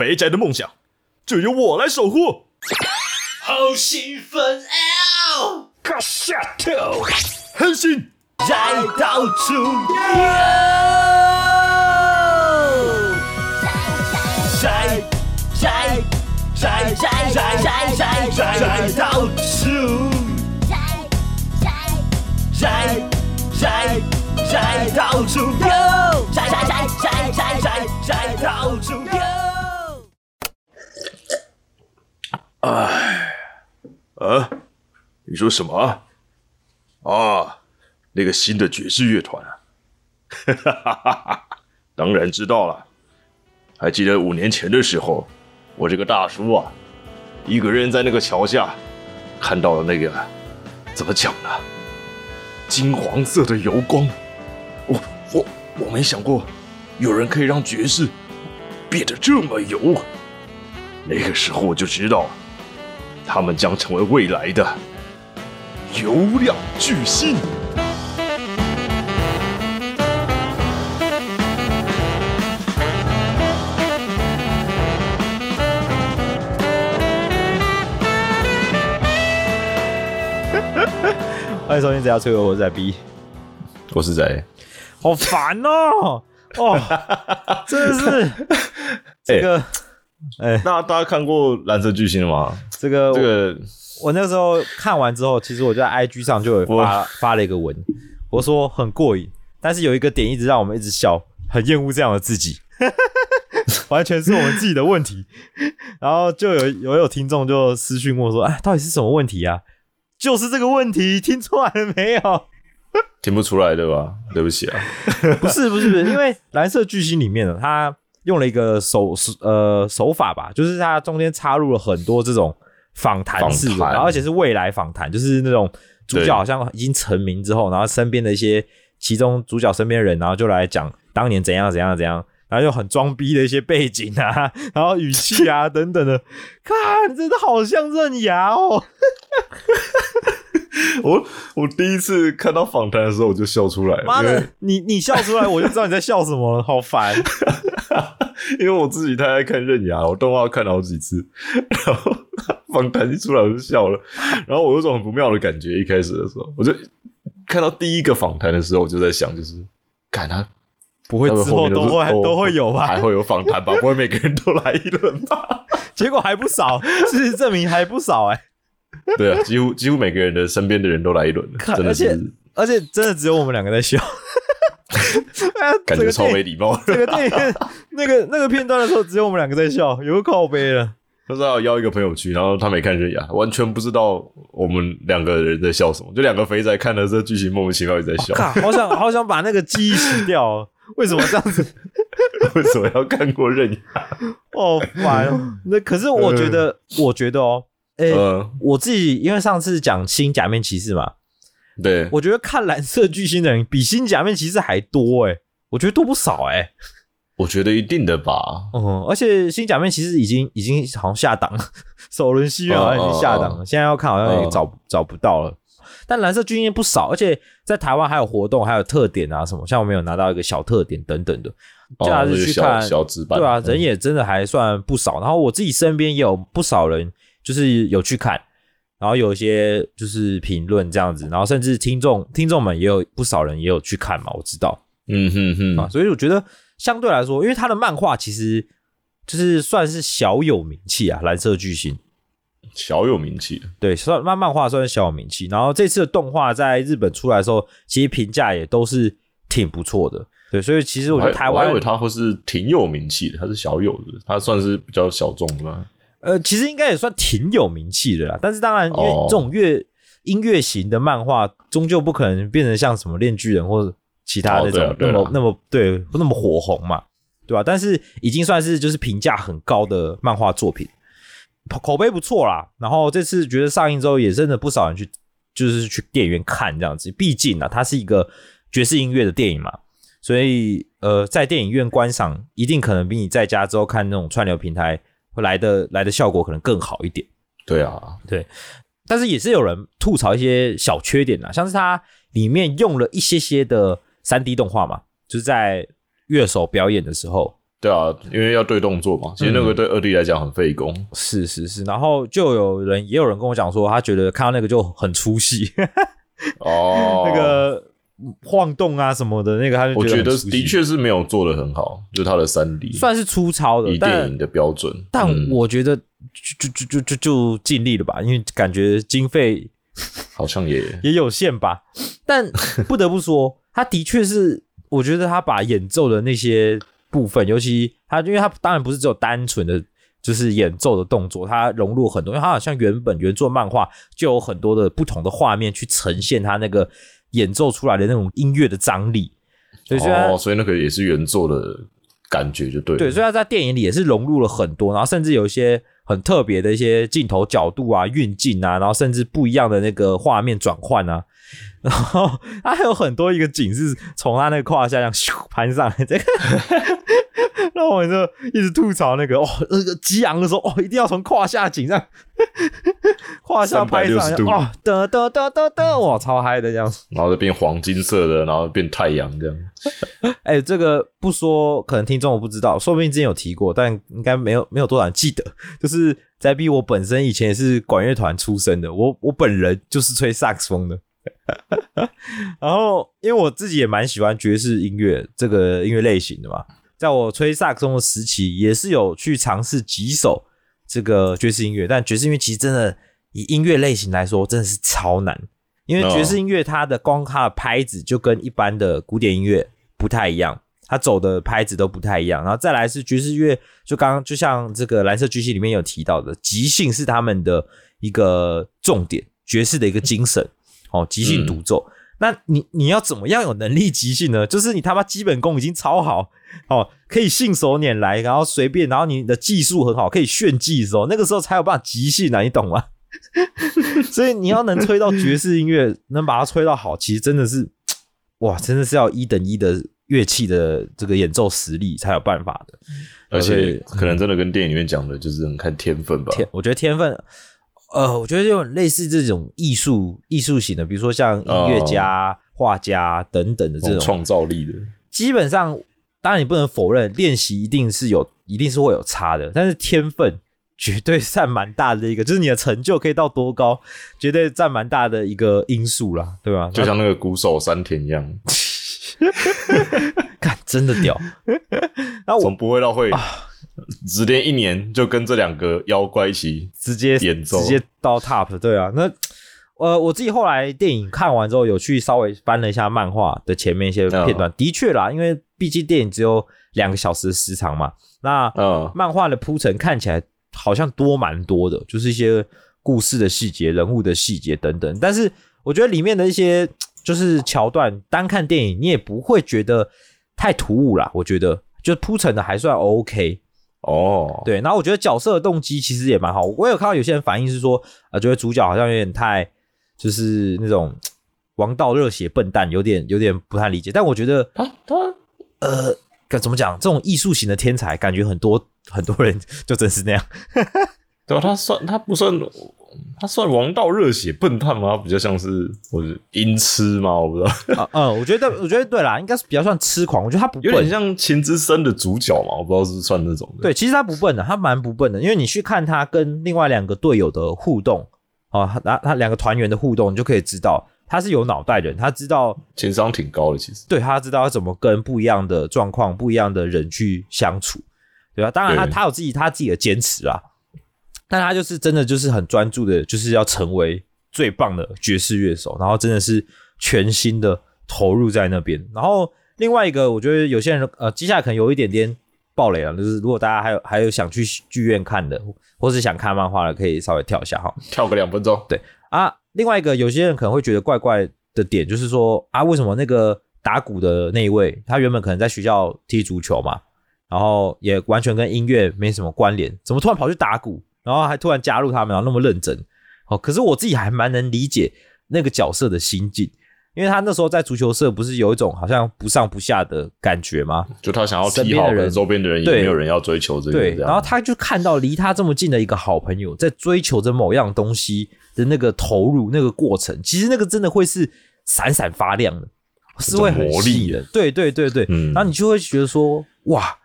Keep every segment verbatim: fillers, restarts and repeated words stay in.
肥宅的梦想就由我来守护。 好兴奋啊！ 卡下头，狠心再到处摘摘摘摘摘摘摘摘摘到处摘摘摘到处有，摘摘摘摘摘摘摘到处有。 哎，啊，你说什么啊？啊，那个新的爵士乐团啊，哈哈哈哈！当然知道了。还记得五年前的时候，我这个大叔啊，一个人在那个桥下看到了那个，怎么讲呢？金黄色的油光。我我我没想过，有人可以让爵士变得这么油。那个时候我就知道，他们将成为未来的油量巨星。 欢迎收听《只要吹我》，我是仔 B， 我是仔， 好烦哦！哦，真的是这个，哎、欸， 大家大家看过《蓝色巨星》了吗？ 这个这个， 我那时候看完之后，其实我就在 I G 上就有发发了一个文，我说很过瘾，但是有一个点一直让我们一直笑，很厌恶这样的自己，完全是我们自己的问题。然后就有有有听众就私讯问我说：“哎，到底是什么问题啊？”就是这个问题，听出来了没有？ 听不出来对吧？对不起啊， 不是不是不是，因为蓝色巨星里面呢，他用了一个手呃手法吧，就是他中间插入了很多这种访谈式的，然后而且是未来访谈，就是那种主角好像已经成名之后，然后身边的一些其中主角身边的人，然后就来讲当年怎样怎样怎样。然后又很装逼的一些背景啊，然后语气啊等等的，看真的好像刃牙哦。 我我第一次看到访谈的时候我就笑出来了。 妈的，你你笑出来我就知道你在笑什么了，好烦。 因为我自己太爱看刃牙，我动画看了好几次，然后访谈一出来我就笑了，然后我有种很不妙的感觉。一开始的时候，我就看到第一个访谈的时候，我就在想，就是看他。 不会之后都会都会有吧？ 还会有访谈吧？不会每个人都来一轮吧？ 结果还不少，事实证明还不少哎、 欸。对啊，几乎几乎每个人的身边的人都来一轮了，真的是， 而且而且真的只有我们两个在笑， 感觉超没礼貌。 这个电影那个那个片段的时候，只有我们两个在笑，有个靠背了。 他说要邀一个朋友去，然后他没看刃牙，完全不知道我们两个人在笑什么，就两个肥仔看了这剧情莫名其妙一直在笑。 哦、好想好想把那个记忆洗掉、哦。为什么这样子？ 为什么要看过刃牙？ 哦，烦哦！那可是我觉得，呃、我觉得哦，诶、欸呃，我自己因为上次讲新假面骑士嘛， 对， 我觉得看蓝色巨星的人比新假面骑士还多诶、欸，我觉得多不少诶、欸。 我觉得一定的吧。 嗯，而且新假面骑士已经已经好像下档了，首轮戏院好像已经下档了，哦哦、现在要看好像也找、哦、找不到了。但蓝色巨星不少，而且在台湾还有活动，还有特点啊什么，像我们有拿到一个小特点等等的，假日去看， 哦、小纸板， 对啊，人也真的还算不少。然后我自己身边也有不少人，就是有去看，然后有一些就是评论这样子，然后甚至听众听众们也有不少人也有去看嘛，我知道， 嗯哼哼啊，所以我觉得相对来说，因为他的漫画其实就是算是小有名气啊，蓝色巨星。 小有名气， 对，算漫漫画算是小有名气。然后这次的动画在日本出来的时候，其实评价也都是挺不错的。对，所以其实我觉得台湾， 我还以为他会是挺有名气的，他是小有的，他算是比较小众的吗？ 呃，其实应该也算挺有名气的啦。但是当然，因为这种乐、哦、音乐型的漫画，终究不可能变成像什么链巨人或者其他那种、哦、那么那么对那么火红嘛，对吧、啊？但是已经算是就是评价很高的漫画作品。口碑不错啦，然后这次觉得上映之后也真的不少人去，就是去电影院看这样子。毕竟啊，它是一个爵士音乐的电影嘛，所以呃，在电影院观赏一定可能比你在家之后看那种串流平台会来的来的效果可能更好一点。 对啊， 对，但是也是有人吐槽一些小缺点啦，像是它里面用了一些些的 三 D 动画嘛，就是在乐手表演的时候。 对啊，因为要对动作嘛，其实那个对二 D 来讲很费工、嗯。 是是是，然后就有人也有人跟我讲说，他觉得看到那个就很出戏。哦，那个晃动啊什么的，那个他就觉得很出戏。 我觉得的确是没有做得很好，就是他的 三 D 算是粗糙的， 以电影的标准。 但, 但我觉得就就就就就尽力了吧，因为感觉经费好像也也有限吧。但不得不说，他的确是，我觉得他把演奏的那些部分，尤其他，因为他当然不是只有单纯的就是演奏的动作，他融入很多，因为他好像原本原作漫画就有很多的不同的画面去呈现他那个演奏出来的那种音乐的张力。所以哦，所以那个也是原作的感觉就对了。 对，所以他在电影里也是融入了很多，然后甚至有一些很特别的一些镜头角度啊、运镜啊，然后甚至不一样的那个画面转换啊。然后他还有很多一个景是从他那个胯下这样咻攀上来，这个然后我就一直吐槽那个哦，那个激昂的时候哦，一定要从胯下景这样胯下拍上来哦，得得得得得，哇，超嗨的这样子， 然后就变黄金色的，然后变太阳这样。 哎、欸，这个不说，可能听众我不知道，说不定之前有提过，但应该没有没有多少人记得。就是在比我本身以前也是管乐团出身的，我我本人就是吹萨克斯风的。然后因为我自己也蛮喜欢爵士音乐这个音乐类型的嘛，在我吹萨克斯风的时期也是有去尝试几首这个爵士音乐，但爵士音乐其实真的以音乐类型来说真的是超难，因为爵士音乐它的光它的拍子就跟一般的古典音乐不太一样，它走的拍子都不太一样，然后再来是爵士音乐，就刚刚就像这个蓝色巨星里面有提到的，即兴是他们的一个重点，爵士的一个精神哦，即兴独奏。嗯，那你你要怎么样有能力即兴呢？就是你他妈基本功已经超好哦，可以信手拈来，然后随便，然后你的技术很好，可以炫技的时候，那个时候才有办法即兴啊，你懂吗？所以你要能吹到爵士音乐，能把它吹到好，其实真的是哇，真的是要一等一的乐器的这个演奏实力才有办法的。 而且可能真的跟电影里面讲的就是很看天分吧。 天，我觉得天分。呃，我觉得就类似这种艺术艺术型的，比如说像音乐家、画、哦、家等等的这种创造力的， 基本上，当然你不能否认练习一定是有，一定是会有差的，但是天分绝对占蛮大的一个，就是你的成就可以到多高，绝对占蛮大的一个因素啦，对吧？ 就像那个鼓手山田一样， 干真的屌，然后我从不会到会。啊，只练一年就跟这两个妖怪一起直接演奏， 直接到 top， 对啊。那呃，我自己后来电影看完之后，有去稍微翻了一下漫画的前面一些片段， uh. 的确啦，因为毕竟电影只有两个小时的时长嘛，那、uh. 漫画的铺陈看起来好像多蛮多的，就是一些故事的细节、人物的细节等等。但是我觉得里面的一些就是桥段，单看电影你也不会觉得太突兀啦，我觉得就铺陈的还算 OK。哦、oh. ，对，然后我觉得角色的动机其实也蛮好。我有看到有些人反映是说，呃，觉得主角好像有点太，就是那种王道热血笨蛋，有点有点不太理解。但我觉得他他呃，该怎么讲？这种艺术型的天才，感觉很多很多人就真是那样。 对啊，他算他不算他算王道热血笨蛋吗？比较像是我音痴吗？我不知道。 啊嗯，我觉得我觉得对啦，应该是比较算痴狂。我觉得他不笨， 有点像情之声的主角嘛，我不知道是不是算那种的。 对，其实他不笨的，他蛮不笨的，因为你去看他跟另外两个队友的互动哦，他他两个团员的互动，你就可以知道他是有脑袋人，他知道情商挺高的，其实。 对，他知道要怎么跟不一样的状况、不一样的人去相处，对吧？当然他他有自己他自己的坚持啦。但他就是真的就是很专注的，就是要成为最棒的爵士乐手，然后真的是全心的投入在那边。然后另外一个，我觉得有些人呃，接下来可能有一点点爆雷了，就是如果大家还有还有想去剧院看的，或是想看漫画的，可以稍微跳一下哈， 跳个两分钟。 对啊，另外一个有些人可能会觉得怪怪的点，就是说啊，为什么那个打鼓的那一位，他原本可能在学校踢足球嘛，然后也完全跟音乐没什么关联，怎么突然跑去打鼓？然后还突然加入他们，然后那么认真，哦，可是我自己还蛮能理解那个角色的心境，因为他那时候在足球社不是有一种好像不上不下的感觉吗？ 就他想要踢好，人周边的人也没有人要追求这个， 对，然后他就看到离他这么近的一个好朋友在追求着某样东西的那个投入，那个过程，其实那个真的会是闪闪发亮的，是会很细的，对对对对，嗯，然后你就会觉得说，哇。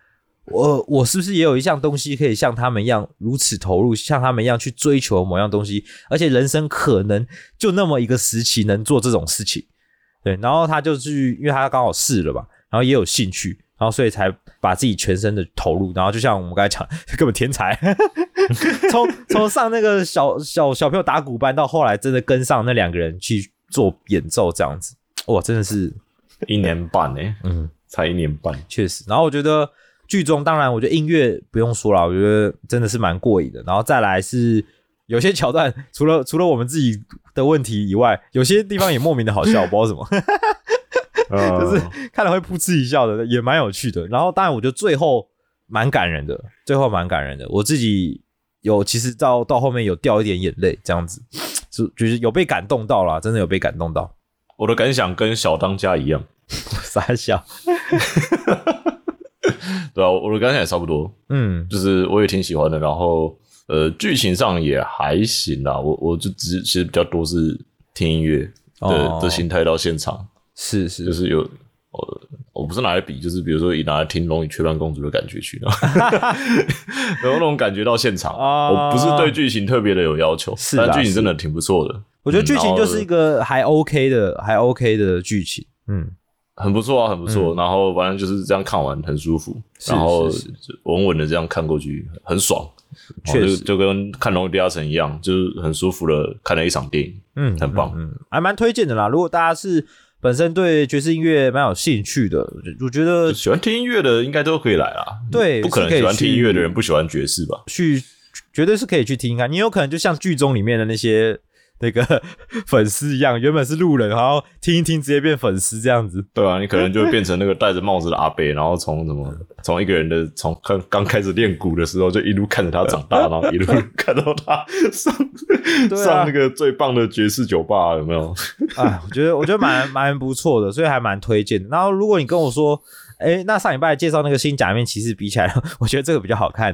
我我是不是也有一项东西可以像他们一样如此投入，像他们一样去追求某样东西，而且人生可能就那么一个时期能做这种事情。对，然后他就去，因为他刚好试了嘛，然后也有兴趣，然后所以才把自己全身的投入，然后就像我们刚才讲，根本天才，从从上那个小小小朋友打鼓班到后来真的跟上那两个人去做演奏这样子，哇，真的是一年半哎、欸，嗯，才一年半， 确实。然后我觉得。剧中当然，我觉得音乐不用说了，我觉得真的是蛮过瘾的。然后再来是有些桥段，除了除了我们自己的问题以外，有些地方也莫名的好笑，我不知道什么，就是看了会噗嗤一笑的，也蛮有趣的。然后当然，我觉得最后蛮感人的，最后蛮感人的。我自己有其实到到后面有掉一点眼泪，这样子，就就是有被感动到啦，真的有被感动到。 我的感想跟小当家一样， 傻笑。 对啊，我的感想也差不多，嗯，就是我也挺喜欢的，然后呃，剧情上也还行啦，我我就只其实比较多是听音乐的、哦、的心态到现场， 是是， 就是有我我不是拿来比，就是比如说以拿来听《龙与雀斑公主》的感觉去，然后有那种感觉到现场、哦，我不是对剧情特别的有要求，是但剧情真的挺不错的， 我觉得剧情就是一个还 OK 的、嗯、还 OK 的剧情，嗯。 很不错啊，很不错、嗯。然后反正就是这样看完很舒服，然后稳稳的这样看过去很爽，确实 就, 就跟看《龙与地下城》一样，就是很舒服的看了一场电影，嗯，很棒， 嗯，嗯还蛮推荐的啦。如果大家是本身对爵士音乐蛮有兴趣的，我觉得喜欢听音乐的应该都可以来啦。 对， 不可能喜欢听音乐的人不喜欢爵士吧？ 去绝对是可以去听看，你有可能就像剧中里面的那些。那个粉丝一样，原本是路人，然后听一听直接变粉丝这样子。 对啊，你可能就会变成那个戴着帽子的阿伯，然后从什么从一个人的从刚刚开始练鼓的时候，就一路看着他长大，然后一路看到他上、啊、上那个最棒的爵士酒吧，有没有？ 啊，我觉得我觉得蛮蛮不错的，所以还蛮推荐的。然后如果你跟我说，哎，那上礼拜介绍那个新假面骑士比起来，我觉得这个比较好看。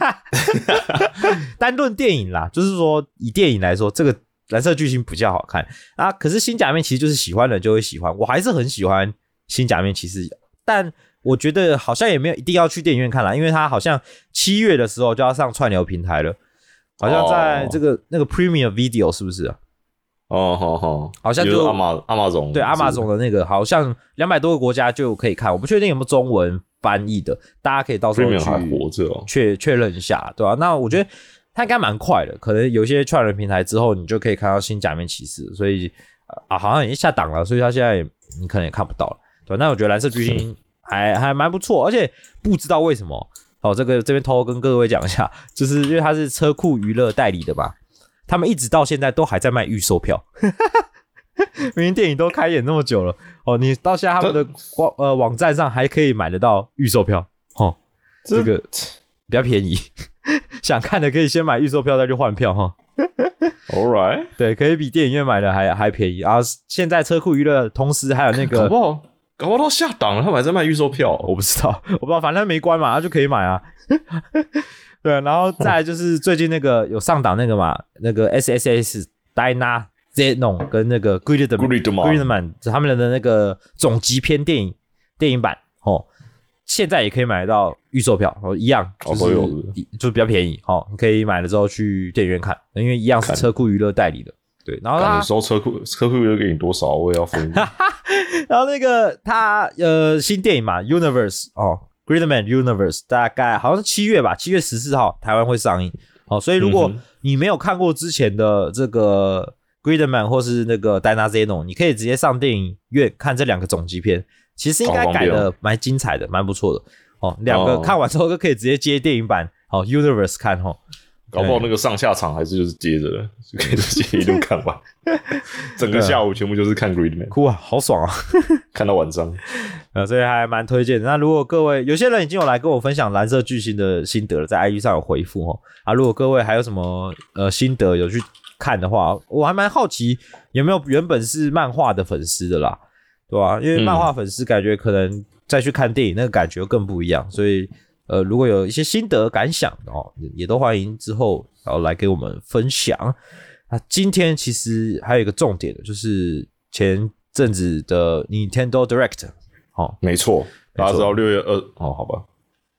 单论电影啦，就是说以电影来说，这个。蓝色巨星比较好看啊，可是新假面其实就是喜欢的人就会喜欢，我还是很喜欢新假面骑士，但我觉得好像也没有一定要去电影院看啦，因为它好像七月的时候就要上串流平台了，好像在这个、oh. 那个 Premium Video 是不是啊？ 哦，好好， 好像就阿玛阿玛总对阿玛总的那个，好像两百多个国家就可以看，我不确定有没有中文翻译的，大家可以到时候去确确认一下，对吧、啊？那我觉得。它应该蛮快的，可能有些串流平台之后，你就可以看到新假面骑士，所以啊，好像已经下档了，所以它现在也你可能也看不到了，对。那我觉得蓝色巨星还还蛮不错，而且不知道为什么，哦，这个这边偷偷跟各位讲一下，就是因为它是车库娱乐代理的嘛，他们一直到现在都还在卖预售票，明明电影都开演那么久了，哦，你到现在他们的网呃网站上还可以买得到预售票，哦，这个比较便宜。想看的可以先买预售票再去换票哈。 All right， 对，可以比电影院买的还还便宜。然后现在车库娱乐同时还有那个， 搞不好搞不好到下档了，他们还在卖预售票， 我不知道，我不知道，反正没关嘛，他就可以买啊。对，然后再来就是最近那个有上档那个嘛，那个 S S S Dyna Zenon 跟那个 Gridman 他们的那个总集篇电影电影版哦。现在也可以买到预售票，哦，一样，就是、哦、就是比较便宜，哦，你可以买了之后去电影院看，因为一样是车库娱乐代理的，对。然后他收车库车库娱乐给你多少，我也要分。 然后那个他呃新电影嘛 ，Universe 哦 ，Gridman Universe 大概好像是七月吧，七月十四号台湾会上映，哦，所以如果你没有看过之前的这个 Gridman 或是那个 Dyna Zenon， 你可以直接上电影院看这两个总集篇。其实应该改的蛮精彩的，蛮不错的哦。两个看完之后就可以直接接电影版哦 ，Universe 看哦。 搞不好那个上下场还是就是接着的，就可以直接一路看完。整个下午全部就是看 Gridman， 酷啊，好爽啊！ 看到晚上， 呃，所以还蛮推荐的。那如果各位有些人已经有来跟我分享蓝色巨星的心得了，在 I G 上有回复哦。啊，如果各位还有什么呃心得有去看的话，我还蛮好奇有没有原本是漫画的粉丝的啦。对吧、啊？因为漫画粉丝感觉可能再去看电影那个感觉更不一样，所以呃，如果有一些心得感想哦，也都欢迎之后然后来给我们分享。那今天其实还有一个重点的，就是前阵子的 Nintendo Direct， 哦， 没错，大家知道六月二哦，好吧，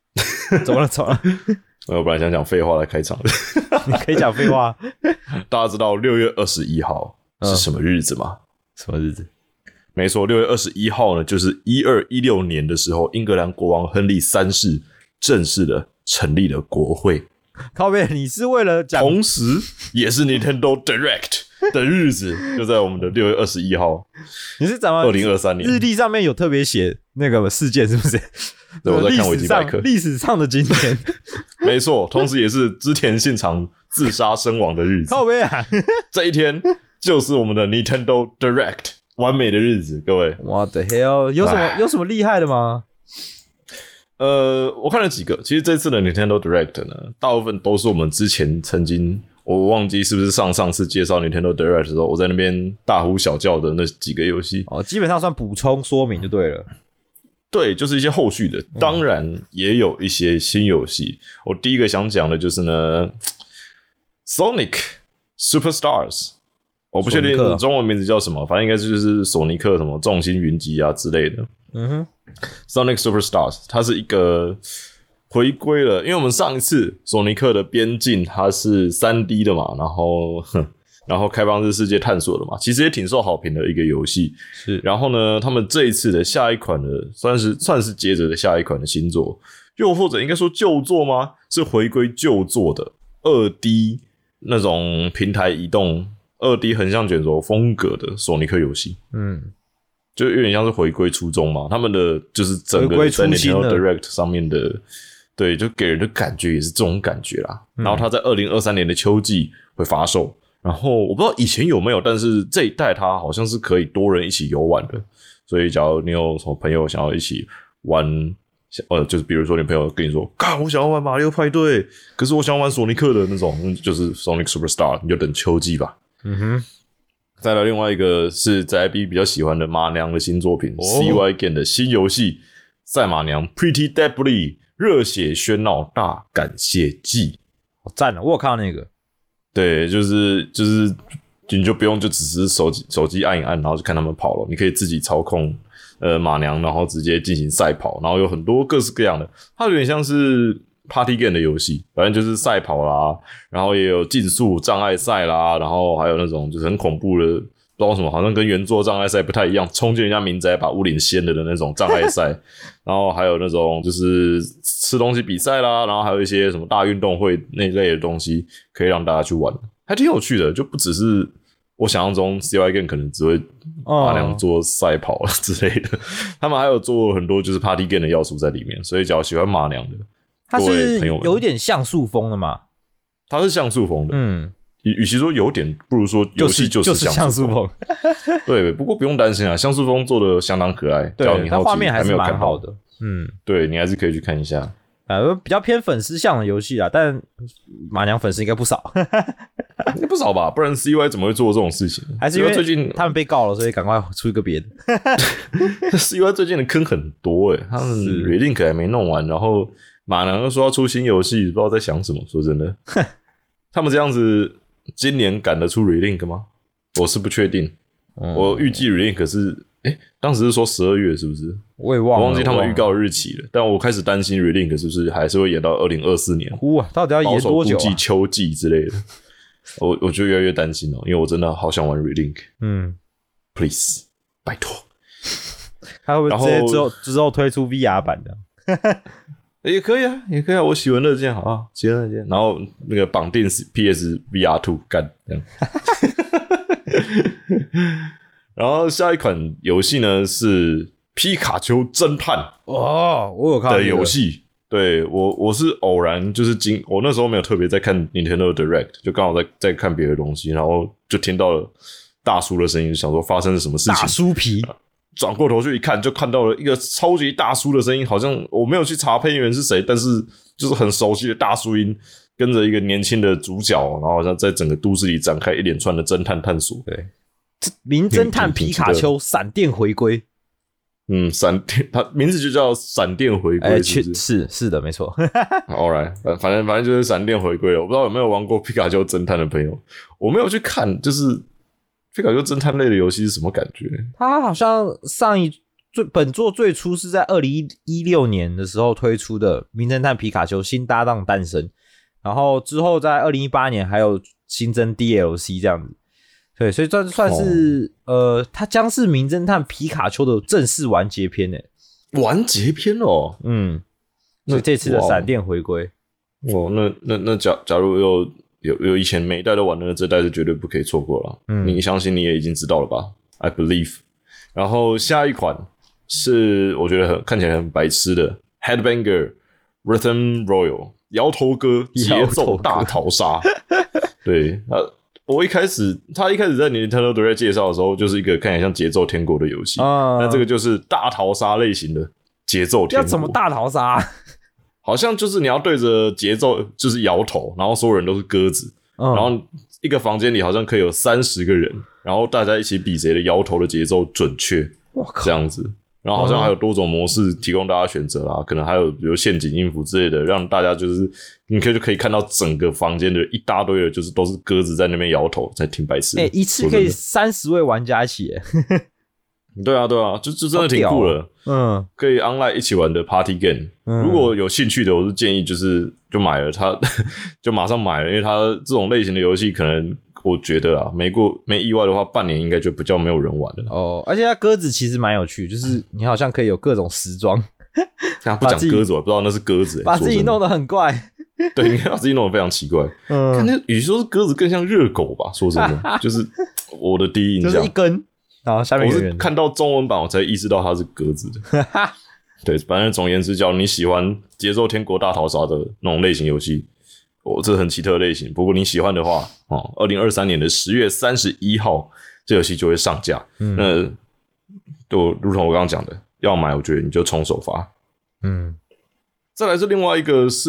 怎么了？怎么了？ 我本来想讲废话来开场的， 你可以讲废话。 大家知道六月二十一号是什么日子吗？ 嗯、什么日子？ 没错，六月二十一号呢，就是一二一六年的时候，英格兰国王亨利三世正式的成立了国会。 靠北，你是为了讲， 同时也是 Nintendo Direct 的日子，就在我们的六月二十一号。 你是怎么？ 二零二三年日历上面有特别写那个事件，是不是？ 对，我在看维基百科。 历史上的今天， 没错，同时也是织田信长自杀身亡的日子。 靠北啊！ 这一天就是我们的 Nintendo Direct 完美的日子，各位。 What the hell？ 有什么有什么厉害的吗？ 呃，我看了几个，其实这次的 Nintendo Direct 呢，大部分都是我们之前曾经，我忘记是不是上上次介绍 Nintendo Direct 的时候，我在那边大呼小叫的那几个游戏。 哦，基本上算补充说明就对了。 对，就是一些后续的，当然也有一些新游戏。我第一个想讲的就是呢 ，Sonic Superstars， 我不确定中文名字叫什么，反正应该就是索尼克什么众星云集啊之类的。 嗯哼 ，Sonic Superstars 它是一个回归了，因为我们上一次索尼克的边境它是 三 D 的嘛，然后然后开放式世界探索的嘛，其实也挺受好评的一个游戏。 是， 然后呢，他们这一次的下一款的算是算是接着的下一款的新作，又或者应该说旧作吗？是回归旧作的 二 D 那种平台移动 二 D 横向卷轴风格的索尼克游戏。 嗯。 就有点像是回归初衷嘛，他们的就是整个在 Nintendo Direct 上面的，对，就给人的感觉也是这种感觉啦。嗯、然后它在二零二三年的秋季会发售，然后我不知道以前有没有，但是这一代它好像是可以多人一起游玩的，所以假如你有什么朋友想要一起玩，呃，就是比如说你朋友跟你说，干，我想要玩马里奥派对，可是我想要玩索尼克的那种，就是 Sonic Superstar， 你就等秋季吧。 嗯哼。 再来另外一个是宅 B 比较喜欢的马娘的新作品、哦、C Y Game 的新游戏赛马娘 Pretty Deadly 热血喧闹大感谢祭。 好赞啊，我有看到那个。 对，就是就是你就不用就只是手机手机按一按然后就看他们跑了，你可以自己操控呃马娘，然后直接进行赛跑，然后有很多各式各样的，它有点像是Party Game 的游戏，反正就是赛跑啦，然后也有竞速障碍赛啦，然后还有那种就是很恐怖的，不知道为什么好像跟原作障碍赛不太一样，冲进人家民宅把屋顶掀了的那种障碍赛，然后还有那种就是吃东西比赛啦，然后还有一些什么大运动会那类的东西可以让大家去玩，还挺有趣的，就不只是我想象中 C Y Game 可能只会大量做赛跑之类的，哦、他们还有做很多就是 Party Game 的要素在里面，所以只要喜欢马娘的。 它是有一点像素风的嘛？ 它是像素风的，嗯，与与其说有点，不如说游戏就是像素风。对，不过不用担心啊，像素风做的相当可爱， 对，它画面还是蛮好的， 嗯， 对你还是可以去看一下。 呃，比较偏粉丝向的游戏啊，但马娘粉丝应该不少， 应该不少吧？不然 C Y 怎么会做这种事情？ 还是因为最近他们被告了，所以赶快出一个别的。 C Y 最近的坑很多诶、欸，他们 Relink 还没弄完，然后。马娘又说要出新游戏，不知道在想什么。说真的，他们这样子今年赶得出 Relink 吗？我是不确定。嗯、我预计 Relink 是，诶，当时是说十二月，是不是？ 我也忘了， 我忘记他们预告的日期了。但我开始担心 Relink 是不是还是会演到二零二四年？ 哇，到底要演多久、啊？ 估计秋季之类的。我我就越来越担心了，因为我真的好想玩 Relink。嗯 ，Please， 拜托。 他会不会直接之后之后推出 V R 版的？ 也可以啊，也可以啊，我喜闻乐见，好不好？喜闻乐见，然后那个绑定 P S V R 二干这样。然后下一款游戏呢是皮卡丘侦探哦，我有看到的游戏。对我我是偶然就是今我那时候没有特别在看 Nintendo Direct， 就刚好在在看别的东西，然后就听到了大叔的声音，想说发生了什么事情。 大叔皮。 转过头去一看，就看到了一个超级大叔的声音，好像我没有去查配音员是谁，但是就是很熟悉的大叔音，跟着一个年轻的主角，然后好像在整个都市里展开一连串的侦探探索。 对，名侦探皮卡丘闪电回归。 嗯，闪电，它名字就叫闪电回归，是不是？ 是是的，没错。 All right， 反正反正就是闪电回归了。我不知道有没有玩过皮卡丘侦探的朋友，我没有去看，就是。皮卡丘侦探类的游戏是什么感觉？ 它好像上一最本作最初是在二零一六年的时候推出的《名侦探皮卡丘新搭档诞生》，然后之后在二零一八年还有新增 D L C 这样子。对，所以算算是、哦、呃，它将是名侦探皮卡丘的正式完结篇诶。 完结篇哦， 嗯，所以这次的闪电回归， 哦，那那那假假如有有有以前每一代都玩的，这代是绝对不可以错过了。嗯，你相信你也已经知道了吧 ？I believe。然后下一款是我觉得很看起来很白痴的 Headbanger Rhythm Royal 摇头歌节奏大逃杀。对，呃。我一开始，他一开始在 Nintendo Direct 介绍的时候，就是一个看起来像节奏天国的游戏。那、uh, 这个就是大逃杀类型的节奏天国。 要怎么大逃杀？ 好像就是你要对着节奏就是摇头，然后所有人都是鸽子， uh. 然后一个房间里好像可以有三十个人，然后大家一起比谁的摇头的节奏准确，这样子。然后好像还有多种模式提供大家选择啦，可能还有比如陷阱音符之类的，让大家就是你可以就可以看到整个房间的一大堆的，就是都是鸽子在那边摇头，在挺白痴。 哎、欸，一次可以三十位玩家一起耶。 对啊，对啊，就就真的挺酷的。嗯，可以 online 一起玩的 party game、嗯。如果有兴趣的，我是建议就是就买了它，就马上买了，因为它这种类型的游戏可能。我觉得啊，没过没意外的话，半年应该就比较没有人玩了。 哦，而且它鸽子其实蛮有趣，就是你好像可以有各种时装。 他不讲鸽子，我不知道那是鸽子、欸， 把自己弄得很怪。 对，你看把自己弄得非常奇怪。嗯，看那与其说是鸽子，更像热狗吧？说真的，就是我的第一印象， 就是一根，然后下面有人。 我是看到中文版我才意识到它是鸽子的。对，反正总而言之，叫你喜欢节奏天国大逃杀的那种类型游戏。哦，这很奇特的类型。不过你喜欢的话，哦，二零二三年的十月三十一号，这游戏就会上架。嗯，那就如同我刚刚讲的，要买，我觉得你就冲首发。嗯，再来是另外一个是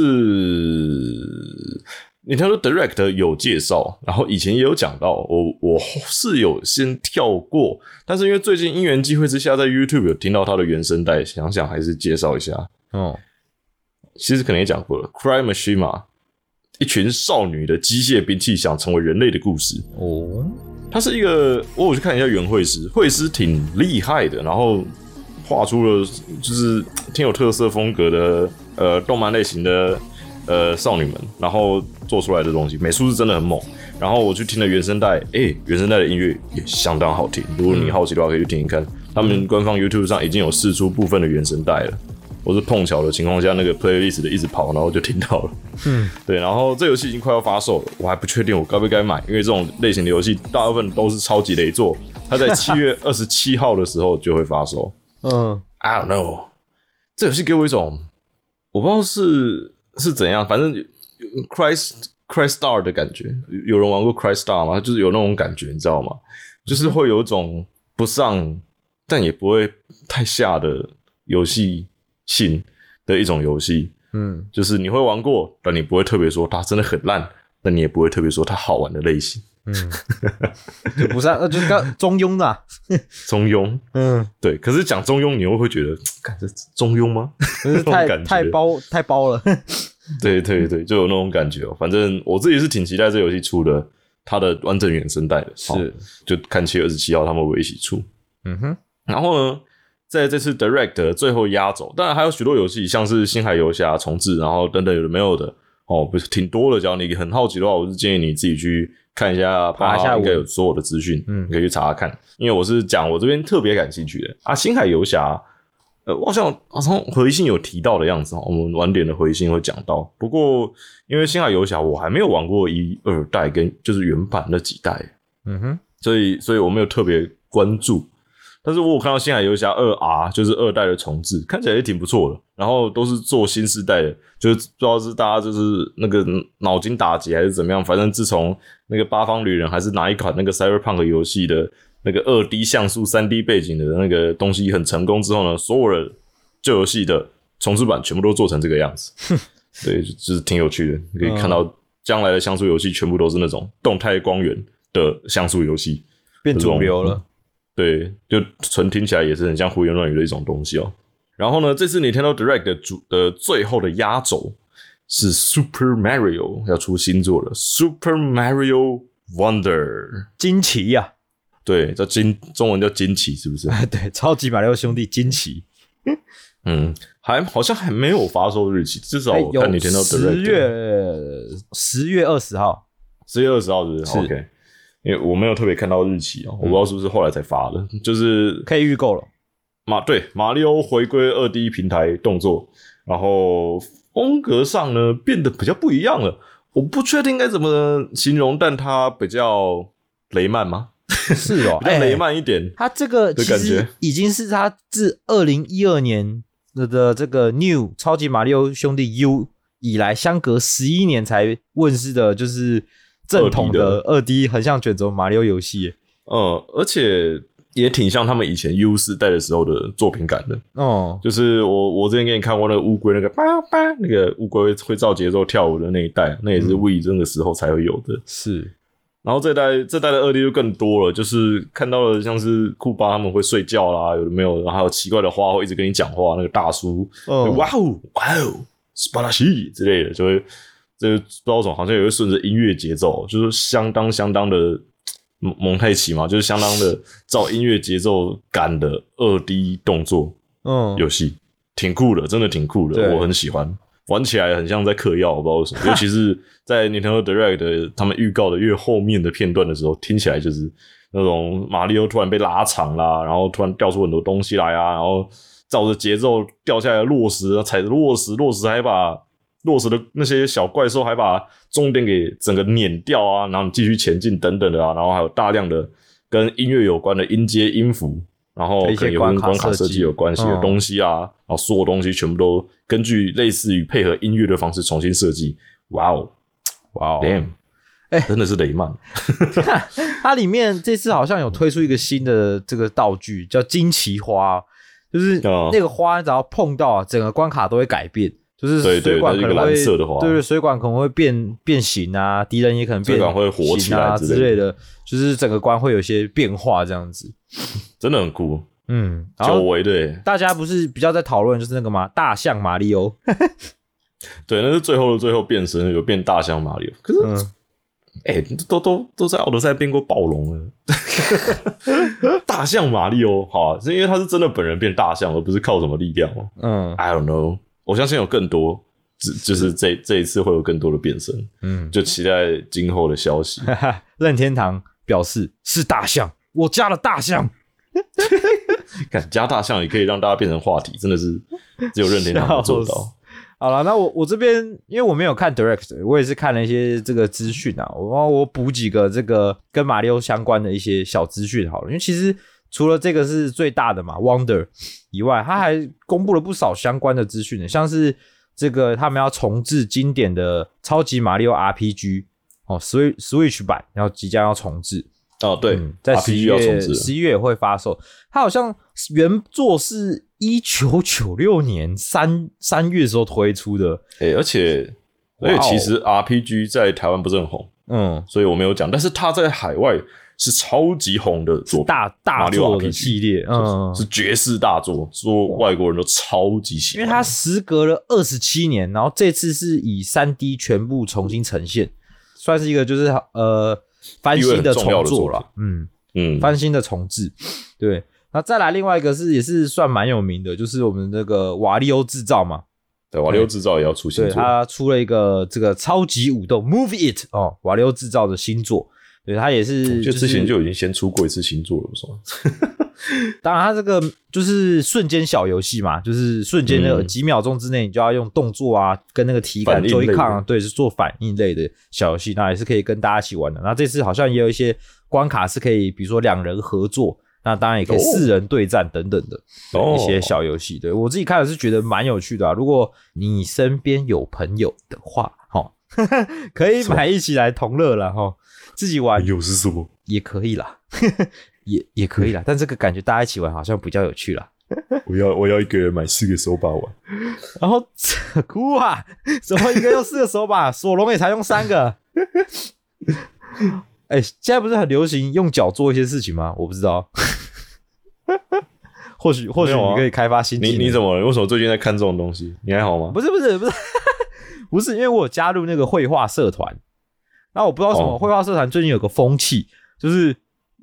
Nintendo Direct 有介绍，然后以前也有讲到，我我是有先跳过，但是因为最近因缘际会之下，在 YouTube 有听到它的原声带，想想还是介绍一下。哦，其实可能也讲过了 ，Cry Machine。一群少女的机械兵器想成为人类的故事哦，它是一个我有去看一下原绘师，绘师挺厉害的，然后画出了就是挺有特色风格的呃动漫类型的呃少女们，然后做出来的东西美术是真的很猛。然后我去听了原声带，诶，原声带的音乐也相当好听，如果你好奇的话可以去听听看，他们官方 YouTube 上已经有释出部分的原声带了。我是碰巧的情况下，那个 playlist 的一直跑，然后就听到了。嗯，对，然后这游戏已经快要发售了，我还不确定我该不该买，因为这种类型的游戏大部分都是超级雷作，它在七月二十七号的时候就会发售。嗯 ，I don't know， 这游戏给我一种我不知道是是怎样，反正 Christ Christ Star 的感觉，有人玩过 Christ Star 吗？就是有那种感觉，你知道吗？就是会有一种不上但也不会太下的游戏。性的一种游戏，嗯，就是你会玩过，但你不会特别说它真的很烂，但你也不会特别说它好玩的类型，嗯， 就不是，呃，就是中庸的、啊， 中庸，嗯，对。可是讲中庸，你又会觉得，看这中庸吗？ 就是太太包太包了， 对对对，就有那种感觉哦。反正我自己是挺期待这游戏出的，它的完整原声带的， 是， 就看七月二十七号他们会一起出，嗯哼，然后呢？在这次 Direct 的最后压轴，当然还有许多游戏，像是星海游侠重置，然后等等有的没有的哦，不是挺多的。只要你很好奇的话，我是建议你自己去看一下， 爬一下， 应该有所有的资讯，嗯，你可以去查查看。因为我是讲我这边特别感兴趣的啊，星海游侠，呃，我好像好像回信有提到的样子，我们晚点的回信会讲到。不过因为星海游侠我还没有玩过一二代跟就是原版那几代，嗯哼，所以所以我没有特别关注。但是我有看到星海游侠 二 R 就是二代的重置，看起来也挺不错的，然后都是做新世代的，就是不知道是大家就是那个脑筋打结还是怎么样，反正自从那个八方旅人还是哪一款那个 Cyberpunk 游戏的那个 二 D 像素 三 D 背景的那个东西很成功之后呢，所有的旧游戏的重置版全部都做成这个样子，对，就是挺有趣的，你可以看到将来的像素游戏全部都是那种动态光源的像素游戏， 变主流了。 对，就纯听起来也是很像胡言乱语的一种东西哦。然后呢，这次 Nintendo Direct 的主的最后的压轴是 Super Mario 要出新作了 ，Super Mario Wonder 惊奇呀、啊！ 对，叫惊，中文叫惊奇，是不是？ 对，超级马里奥兄弟惊奇。 嗯，还好像还没有发售日期，至少我看你听到 Direct 十月十月二十号， 十月二十号是不是？ 是 OK， 因为我没有特别看到日期哦、嗯，我不知道是不是后来才发的，就是可以预购了。 马对马里奥回归 二 D 平台动作，然后风格上呢变得比较不一样了，我不确定该怎么形容，但它比较雷漫吗？ 是哦， 比较雷漫一点、欸。 它这个其实已经是它自二零一二年的这个 New 超级马里奥兄弟 U 以来，相隔十一年才问世的，就是正统的 二 D 横向卷轴马里奥游戏。 嗯，而且也挺像他们以前 U 四代的时候的作品感的。哦，就是我我之前给你看过那个乌龟那个叭叭那个乌龟会照节奏跳舞的那一代，那也是 Wii 那个时候才会有的。 是。 然后这代这代的 二 D 就更多了，就是看到了像是库巴他们会睡觉啦，有的没有，然后还有奇怪的花会一直跟你讲话，那个大叔，哦、哇哦哇哦，斯巴拉西之类的，就会这个不知道为什么好像也会顺着音乐节奏，就是相当相当的蒙蒙太奇嘛，就是相当的照音乐节奏感的 二 D 动作游戏，嗯、挺酷的，真的挺酷的，我很喜欢。玩起来很像在嗑药，我不知道为什么，尤其是在 Nintendo Direct 的他们预告的越后面的片段的时候，听起来就是那种马里奥突然被拉长啦，然后突然掉出很多东西来啊，然后照着节奏掉下来的落石，踩着落石，落石还把落石的那些小怪兽还把终点给整个碾掉啊，然后你继续前进等等的啊，然后还有大量的跟音乐有关的音阶音符。然后可能有跟关卡设计有关系的东西啊，嗯、然后所有东西全部都根据类似于配合音乐的方式重新设计。哇哦，哇哦 ，damn， 哎、欸，真的是雷漫。 它里面这次好像有推出一个新的这个道具，叫惊奇花，就是那个花只要碰到，整个关卡都会改变。就是水管可能会， 对对，蓝色的花， 对对，水管可能会变变形啊，敌人也可能变形啊， 水管会活起来之类的，就是整个关会有一些变化这样子， 真的很酷。 嗯， 久违的， 大家不是比较在讨论就是那个吗？大象马里奥， 对，那是最后的最后变身有变大象马里奥，可是，哎、嗯欸，都都都在奥德赛变过暴龙了，大象马里奥，好、啊，是因为他是真的本人变大象，而不是靠什么力量吗？嗯 ，I don't know。我相信有更多，就是这这一次会有更多的变身，嗯，就期待今后的消息。 任天堂表示是大象，我加了大象， 看加大象也可以让大家变成话题，真的是只有任天堂能做到。 好了，那我我这边因为我没有看 Direct， 我也是看了一些这个资讯啊，我我补几个这个跟马里奥相关的一些小资讯好了，因为其实。除了这个是最大的嘛 Wonder 以外，他还公布了不少相关的资讯，像是这个他们要重置经典的超级马里奥 R P G 哦 Switch 版，然后即将要重置哦，对， 嗯、在十一月十一月也会发售。它好像原作是一九九六年三三月的时候推出的， 哎、欸，而且而且其实 R P G 在台湾不是很红，嗯，所以我没有讲，但是它在海外。是超级红的作品， 大大作的系列，嗯， 是绝世大作，说外国人都超级喜欢。 因为它时隔了二十七年，然后这次是以 三 D 全部重新呈现，算是一个就是呃翻新的重作啦，嗯嗯，翻新的重置。对，那再来另外一个是也是算蛮有名的，就是我们这个瓦力欧制造嘛。 对，瓦力欧制造也要出新作， 对，他出了一个这个超级舞动 Move It 哦，瓦力欧制造的新作。对，他也是， 就之前就已经先出过一次新作了，不是吗？ 当然，他这个就是瞬间小游戏嘛，就是瞬间的几秒钟之内，你就要用动作啊，跟那个体感 Joy-Con 对，是做反应类的小游戏，那也是可以跟大家一起玩的。那这次好像也有一些关卡是可以，比如说两人合作，那当然也可以四人对战等等的、哦、一些小游戏。对，我自己看的是觉得蛮有趣的啊。如果你身边有朋友的话，齁可以买一起来同乐啦齁。自己玩有是什么也可以啦，也也可以啦，但这个感觉大家一起玩好像比较有趣啦。 我要我要一个人买四个手把玩， 然后哭啊！怎么一个用四个手把，索隆也才用三个？哎、欸，现在不是很流行用脚做一些事情吗？我不知道，或许或许你可以开发新技能、啊。 你你怎么了？为什么最近在看这种东西？你还好吗？ 不是不是不是不是，因为我有加入那个绘画社团。那我不知道什么绘画社团最近有个风气，就是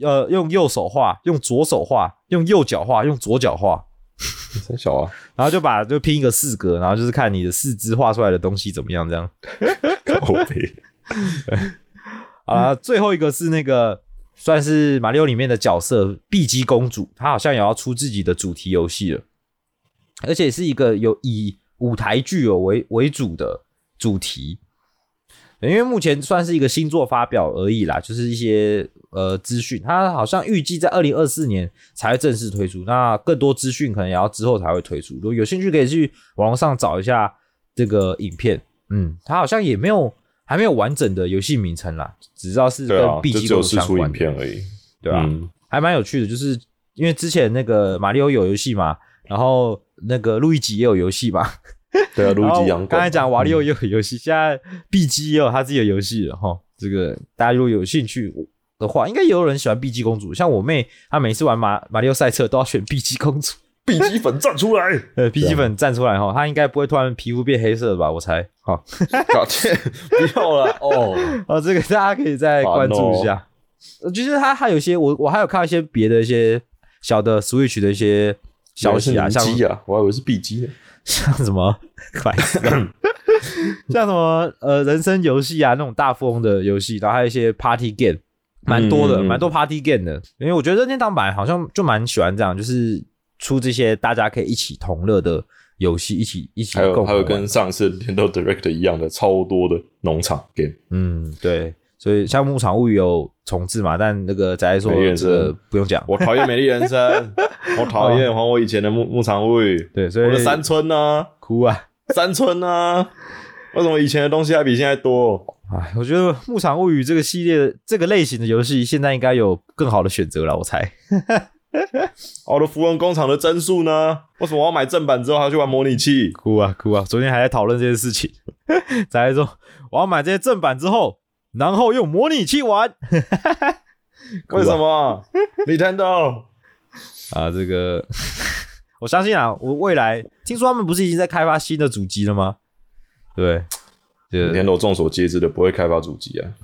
呃用右手画，用左手画，用右脚画，用左脚画， 很小啊。 然后就把就拼一个四格，然后就是看你的四肢画出来的东西怎么样，这样。 靠北。 啊，最后一个是那个算是马里奥里面的角色碧姬公主，她好像也要出自己的主题游戏了，而且是一个有以舞台剧有为为主的主题。因为目前算是一个新作发表而已啦，就是一些呃资讯，它好像预计在二零二四年才会正式推出，那更多资讯可能也要之后才会推出。如果有兴趣可以去网络上找一下这个影片，嗯，它好像也没有还没有完整的游戏名称啦，只知道是跟碧姬公主相关的， 对啊，就只有试出影片而已， 对啊，嗯、还蛮有趣的，就是因为之前那个马里奥有游戏嘛，然后那个路易吉也有游戏嘛。 对啊，路易吉洋馆。 刚才讲瓦力欧也有游戏，嗯、现在碧姬也有他自己的游戏了哈。这个大家如果有兴趣的话，应该也有人喜欢碧姬公主。像我妹，她每次玩马马里奥赛车都要选碧姬公主。 碧姬粉站出来！ 呃，碧姬粉站出来哈，她应该不会突然皮肤变黑色的吧？我猜。好， 抱歉，不要了哦。 哦，这个大家可以再关注一下。我觉得他还有一些，我我还有看到一些别的一些小的 Switch 的一些消息啊，像啊，我还以为是碧姬呢。 像什么白痴像什么呃人生游戏啊，那种大富翁的游戏，然后还有一些 party game， 蛮多的，蛮、嗯、多 party game 的。因为我觉得任天堂版好像就蛮喜欢这样，就是出这些大家可以一起同乐的游戏，一起一起共同玩。 还有还有跟上次 Nintendo Direct 一样的超多的农场 game。 嗯，对。所以像牧场物语有重置嘛，但那个宅说这个不用讲， 我讨厌美丽人生，我讨厌还我以前的牧牧场物语， 对，所以我的山村呢、啊， 哭啊， 山村呢、啊，为什么以前的东西还比现在多？ 哎，我觉得牧场物语这个系列这个类型的游戏，现在应该有更好的选择了，我猜。 我的符文工厂的帧数呢？为什么我要买正版之后还要去玩模拟器？ 哭啊哭啊！昨天还在讨论这件事情，宅说我要买这些正版之后。然后用模拟器玩， 为什么 ？Nintendo 啊，这个我相信啊，我未来听说他们不是已经在开发新的主机了吗？对 ，Nintendo 众所皆知的不会开发主机啊。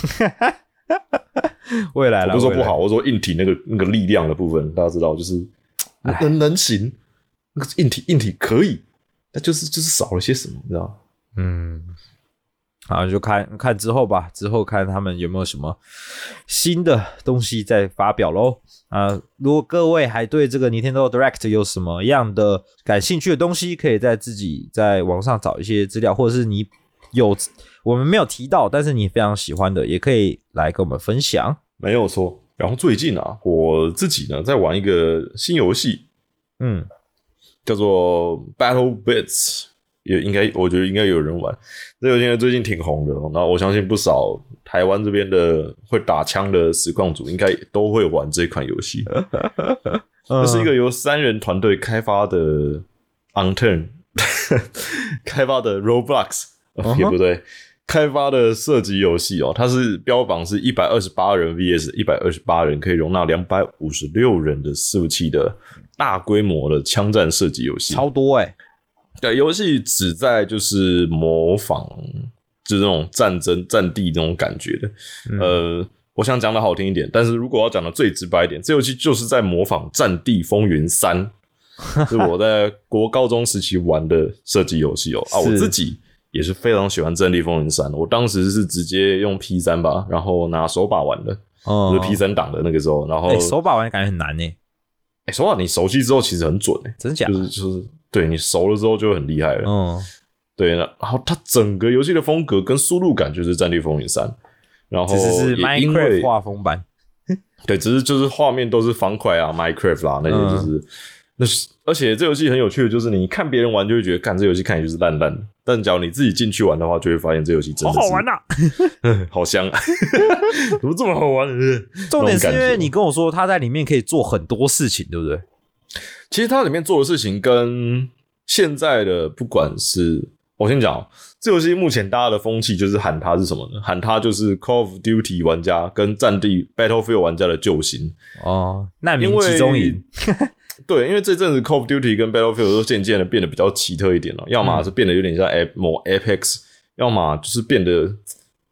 未来啦， 我不是说不好，我说硬体那个那个力量的部分，大家知道就是能能行，那个硬体硬体可以，但就是就是少了些什么，你知道吗？ 嗯。好，就看看之后吧，之后看他们有没有什么新的东西再发表咯。啊，如果各位还对这个 Nintendo Direct 有什么样的感兴趣的东西，可以在自己在网上找一些资料，或者是你有我们没有提到，但是你非常喜欢的，也可以来跟我们分享。 没有错。然后最近啊，我自己呢在玩一个新游戏， 嗯， 叫做 Battle Bits。也应该，我觉得应该有人玩这游戏，最近挺红的。然后我相信不少台湾这边的会打枪的实况组，应该都会玩这款游戏。这是一个由三人团队开发的 Unturned 开发的 Roblox，、uh-huh. 也不对，开发的射击游戏哦。它是标榜是一百二十八人 V S 一百二十八人，可以容纳两百五十六人的伺服器的大规模的枪战射击游戏， 超多哎、欸。 对，游戏旨在就是模仿，就是那种战争战地那种感觉的。嗯、呃，我想讲的好听一点，但是如果要讲的最直白一点，这游戏就是在模仿《战地风云三》，是我在国高中时期玩的射击游戏哦。啊，我自己也是非常喜欢《战地风云三》，我当时是直接用 P 三 吧，然后拿手把玩的，哦、就是 P 三 档的那个时候，然后、 欸、手把玩感觉很难耶。 哎、欸，手把你熟悉之后其实很准哎， 真假？ 就是就是。对，你熟了之后就很厉害了。 嗯， 对，然后它整个游戏的风格跟速度感就是《战地风云三》，然后只是是 Minecraft 画风版。 对，只是就是画面都是方块啊 ，Minecraft 啦，那些就是，嗯、那是而且这游戏很有趣的，就是你看别人玩就会觉得，干这游戏看起来就是烂烂的，但只要你自己进去玩的话，就会发现这游戏真的是好好玩呐、 啊，好香啊，怎么这么好玩？ 重点是因为你跟我说他在里面可以做很多事情，对不对？ 其实它里面做的事情跟现在的不管是，我先讲，这游戏目前大家的风气就是喊它是什么呢？喊它就是 Call of Duty 玩家跟战地 Battlefield 玩家的救星哦，难民集中营。 对，因为这阵子 Call of Duty 跟 Battlefield 都渐渐的变得比较奇特一点了，要么是变得有点像某 Apex，、嗯、要么就是变得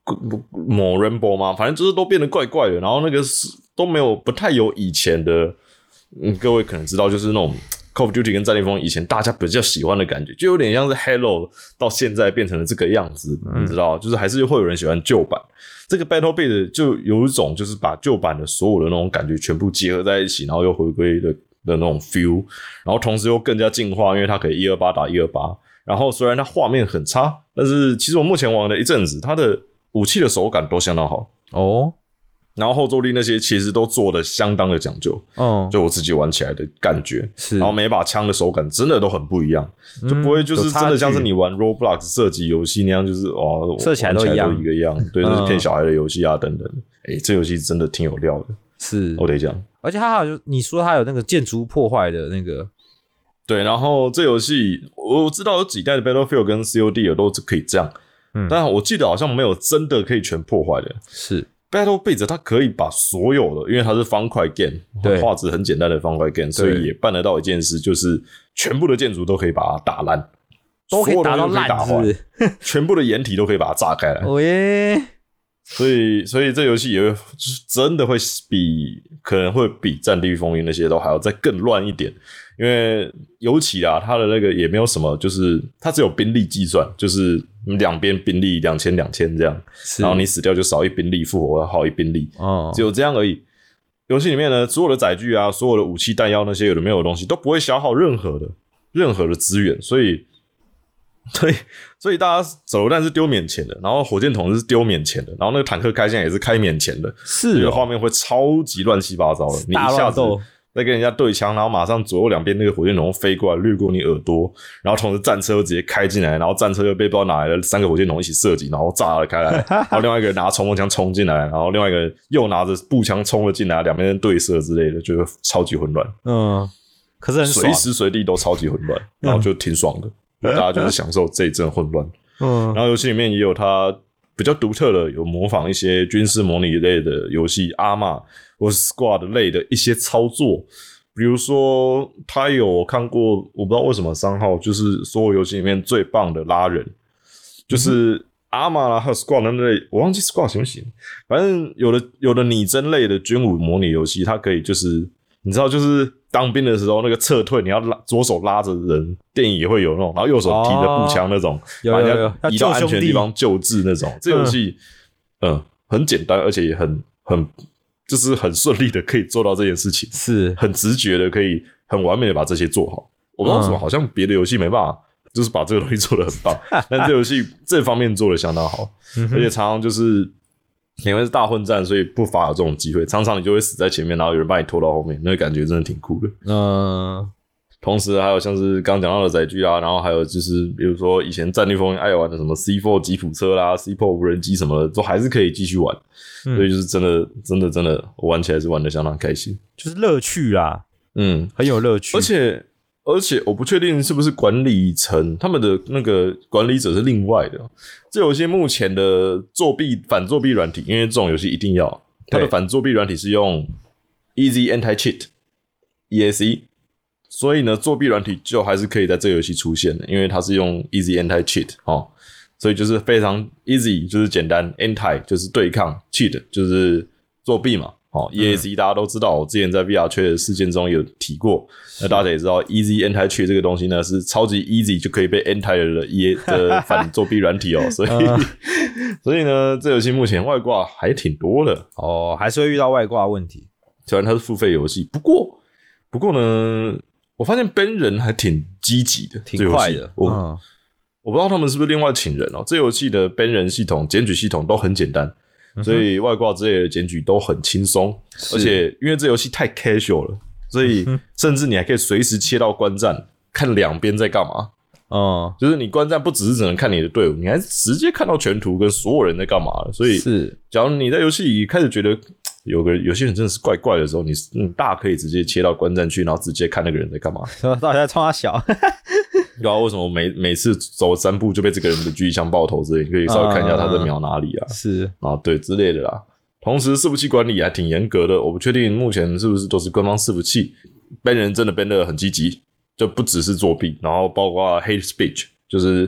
某 Rainbow 嘛，反正就是都变得怪怪的，然后那个都没有不太有以前的，嗯，各位可能知道，就是那种 Call of Duty 跟战地风以前大家比较喜欢的感觉，就有点像是 Halo 到现在变成了这个样子，嗯、你知道，就是还是会有人喜欢旧版。这个 Battlefield 就有一种就是把旧版的所有的那种感觉全部结合在一起，然后又回归的的那种 feel， 然后同时又更加进化，因为它可以一二八打一二八。然后虽然它画面很差，但是其实我目前玩了一阵子，它的武器的手感都相当好哦。 然后后坐力那些其实都做的相当的讲究，嗯，就我自己玩起来的感觉是。然后每把枪的手感真的都很不一样，嗯、就不会就是真的像是你玩 Roblox 射击游戏那样，就是哦， 射起来都一样， 都一个样。对，这是骗小孩的游戏啊，等等。哎，这游戏真的挺有料的， 是， 我得讲。 而且它还有，你说它有那个建筑破坏的那个。 对，然后这游戏我知道有几代的 Battlefield 跟 C O D 也都是可以这样，嗯，但我记得好像没有真的可以全破坏的。 是 Battlefield 它可以把所有的，因为它是方块 game， 画质很简单的方块 game， 所以也办得到一件事，就是全部的建筑都可以把它打烂， 都可以打到烂，是不是？ 全部的掩体都可以把它炸开来。 哦耶！ 所以，所以这游戏也会就是真的会比可能会比战地风云那些都还要再更乱一点。因为尤其啊，它的那个也没有什么，就是它只有兵力计算，就是两边兵力两千两千这样，然后你死掉就少一兵力，复活好一兵力，哦，只有这样而已。游戏里面呢，所有的载具啊，所有的武器弹药那些有的没有的东西都不会消耗任何的任何的资源，所以，所以，所以大家手榴弹是丢免钱的，然后火箭筒是丢免钱的，然后那个坦克开枪也是开免钱的， 是、哦， 这个画面会超级乱七八糟的，你一下子。在跟人家对枪，然后马上左右两边那个火箭筒飞过来，掠过你耳朵，然后同时战车又直接开进来，然后战车又被不知道哪来的三个火箭筒一起射击，然后炸了开来，然后另外一个人拿冲锋枪冲进来，然后另外一个人又拿着步枪冲了进来，两边人对射之类的，就超级混乱。嗯， 可是很爽， 随时随地都超级混乱，然后就挺爽的，嗯、大家就是享受这一阵混乱。嗯，然后游戏里面也有它比较独特的，有模仿一些军事模拟类的游戏，阿嬷或是 Squad 类的一些操作，比如说他有看过，我不知道为什么三号就是所有游戏里面最棒的拉人，就是阿嬷啦，还有 Squad 那类，我忘记 Squad 行不行，反正有的有的拟真类的军武模拟游戏，它可以就是你知道，就是当兵的时候那个撤退，你要拉左手拉着人，电影也会有那种，然后右手提着步枪那种，把人家移到安全的地方救治那种。这游戏嗯、呃、很简单，而且也很很。就是很顺利的可以做到这件事情， 是很直觉的可以很完美的把这些做好。我不知道为什么，好像别的游戏没办法，就是把这个东西做得很棒，但这游戏这方面做得相当好，嗯、而且常常就是因为是大混战，所以不乏有这种机会，常常你就会死在前面，然后有人把你拖到后面，那个感觉真的挺酷的。嗯。同时还有像是刚刚讲到的载具啊，然后还有就是比如说以前战地风云爱玩的什么 C 四 吉普车啦 C 四 无人机什么的，都还是可以继续玩、嗯、所以就是真的真的真的我玩起来是玩得相当开心， 就是乐趣啦，嗯，很有乐趣。 而且而且我不确定是不是管理层他们的那个管理者是另外的，这游戏目前的作弊反作弊软体，因为这种游戏一定要它的反作弊软体是用 Easy Anti-Cheat E A C，所以呢，作弊软体就还是可以在这个游戏出现的，因为它是用 Easy Anti-Cheat 哦，所以就是非常 easy， 就是简单 ，Anti 就是对抗 ，Cheat 就是作弊嘛。哦 ，E A C 大家都知道，我之前在 V R Chat 的事件中有提过，那大家也知道 Easy Anti-Cheat 这个东西呢是超级 easy 就可以被 Anti 的 E A 的反作弊软体哦，所以所以呢，这游戏目前外挂还挺多的哦，还是会遇到外挂问题， 虽然它是付费游戏，不过不过呢。我发现 ban 人还挺积极的， 挺快的。 我、嗯、我不知道他们是不是另外请人哦。这游戏的 ban 人系统、检举系统都很简单，嗯、所以外挂之类的检举都很轻松。而且因为这游戏太 casual 了，所以甚至你还可以随时切到观战，看两边在干嘛。哦、嗯，就是你观战不只是只能看你的队伍，你还直接看到全图跟所有人在干嘛了。所以是，假如你在游戏里开始觉得。有个有些人真的是怪怪的时候，你嗯大可以直接切到观战区，然后直接看那个人在干嘛。 到底在冲他小？ 然后为什么每每次走三步就被这个人的狙击枪爆头之类，你可以稍微看一下他在瞄哪里啊？ 是啊，对之类的啦。同时伺服器管理还挺严格的，我不确定目前是不是都是官方伺服器 ban 人真的 ban 得很积极，就不只是作弊，然后包括 hate speech， 就是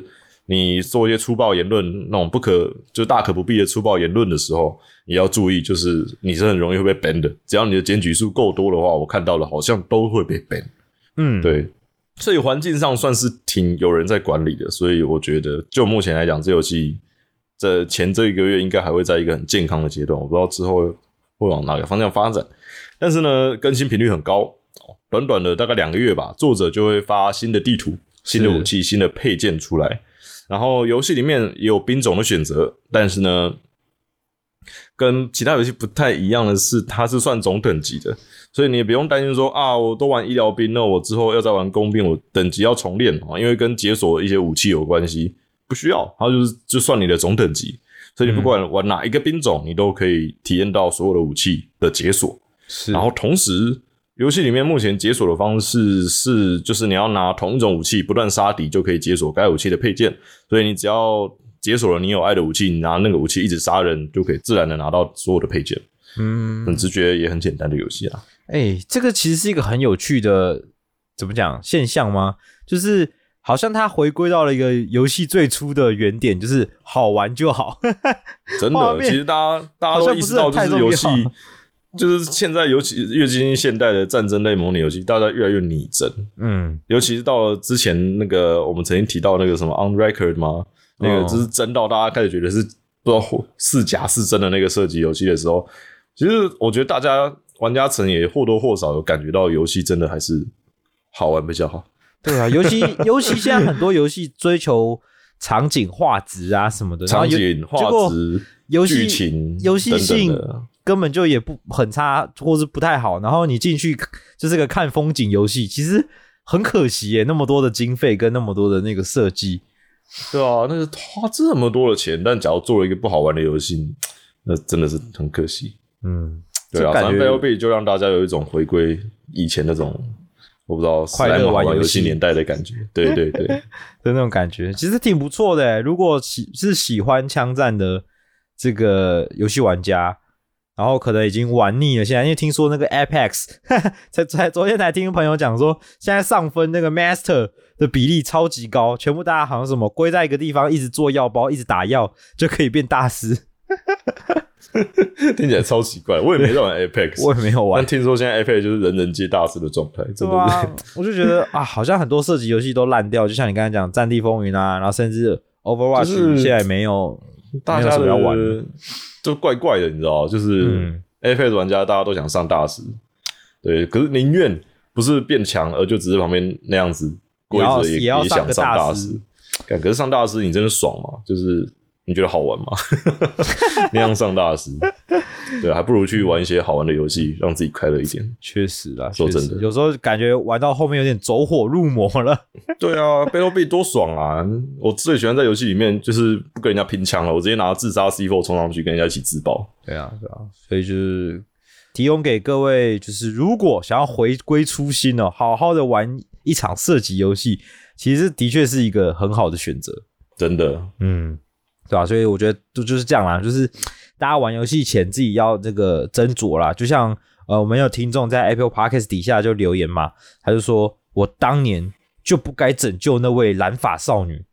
你做一些粗暴言论，那种不可就大可不必的粗暴言论的时候，也要注意，就是你是很容易会被 ban 的。只要你的检举数够多的话，我看到的好像都会被 ban。嗯，对，所以环境上算是挺有人在管理的，所以我觉得就目前来讲，这游戏这前这一个月应该还会在一个很健康的阶段，我不知道之后会往哪个方向发展。但是呢，更新频率很高，短短的大概两个月吧，作者就会发新的地图、新的武器、新的配件出来。然后游戏里面也有兵种的选择，但是呢，跟其他游戏不太一样的是，它是算总等级的，所以你也不用担心说啊，我都玩医疗兵，那我之后要再玩工兵，我等级要重练啊，因为跟解锁一些武器有关系，不需要，它就是就算你的总等级，所以你不管玩哪一个兵种，你都可以体验到所有的武器的解锁。是，然后同时，游戏里面目前解锁的方式是，就是你要拿同一种武器不断杀敌，就可以解锁该武器的配件。所以你只要解锁了你有爱的武器，你拿那个武器一直杀人，就可以自然的拿到所有的配件。嗯，很直觉也很简单的游戏啊。 哎、欸，这个其实是一个很有趣的，怎么讲现象吗？就是好像它回归到了一个游戏最初的原点，就是好玩就好。 真的，其实大家大家都意识到，就是游戏。就是现在，尤其越接近现代的战争类模拟游戏，大家越来越拟真。嗯，尤其是到了之前那个我们曾经提到那个什么 On Record 嘛，那个就是真到大家开始觉得是不知道是假是真的那个射击游戏的时候，其实我觉得大家玩家层也或多或少有感觉到游戏真的还是好玩比较好。 对啊，尤其尤其现在很多游戏追求场景画质啊什么的， 场景画质、剧情、 游戏性根本就也不很差，或是不太好。然后你进去就是个看风景游戏，其实很可惜耶，那么多的经费跟那么多的那个设计。 对啊，那个花这么多的钱，但假如做了一个不好玩的游戏，那真的是很可惜。嗯，对啊，反正 Battlebit 就让大家有一种回归以前那种。我不知道快乐玩游戏年代的感觉，对对对的那种感觉，其实挺不错的耶。如果喜是喜欢枪战的这个游戏玩家，然后可能已经玩腻了，现在因为听说那个 Apex， 才才昨天才听朋友讲说，现在上分那个 Master 的比例超级高，全部大家好像什么归在一个地方，一直做药包，一直打药就可以变大师。 听起来超奇怪，我也没在玩 Apex， 我也没有玩。 但听说现在 Apex 就是人人皆大师的状态，真的是。 啊、我就觉得啊，好像很多射击游戏都烂掉，就像你刚才讲《战地风云》啊，然后甚至 Overwatch、就是、现在也没有， 大家的要玩，就怪怪的，你知道，就是、嗯、Apex 玩家大家都想上大师，对，可是宁愿不是变强，而就只是旁边那样子规则也也要想上大师。可是上大师你真的爽吗？就是。你觉得好玩吗？那样上大师，对，还不如去玩一些好玩的游戏，让自己快乐一点。 确实啦， 说真的， 有时候感觉玩到后面有点走火入魔了。 对啊 ，Battlebit 多爽啊！我最喜欢在游戏里面就是不跟人家拼枪了，我直接拿自杀 C 四 冲上去跟人家一起自爆。 对啊，对啊，所以就是提供给各位，就是如果想要回归初心哦，好好的玩一场射击游戏，其实的确是一个很好的选择。 真的， 嗯。对吧、啊？所以我觉得就就是这样啦，就是大家玩游戏前自己要这个斟酌啦。就像呃，我们有听众在 Apple Podcast 底下就留言嘛，他就说我当年就不该拯救那位蓝发少女。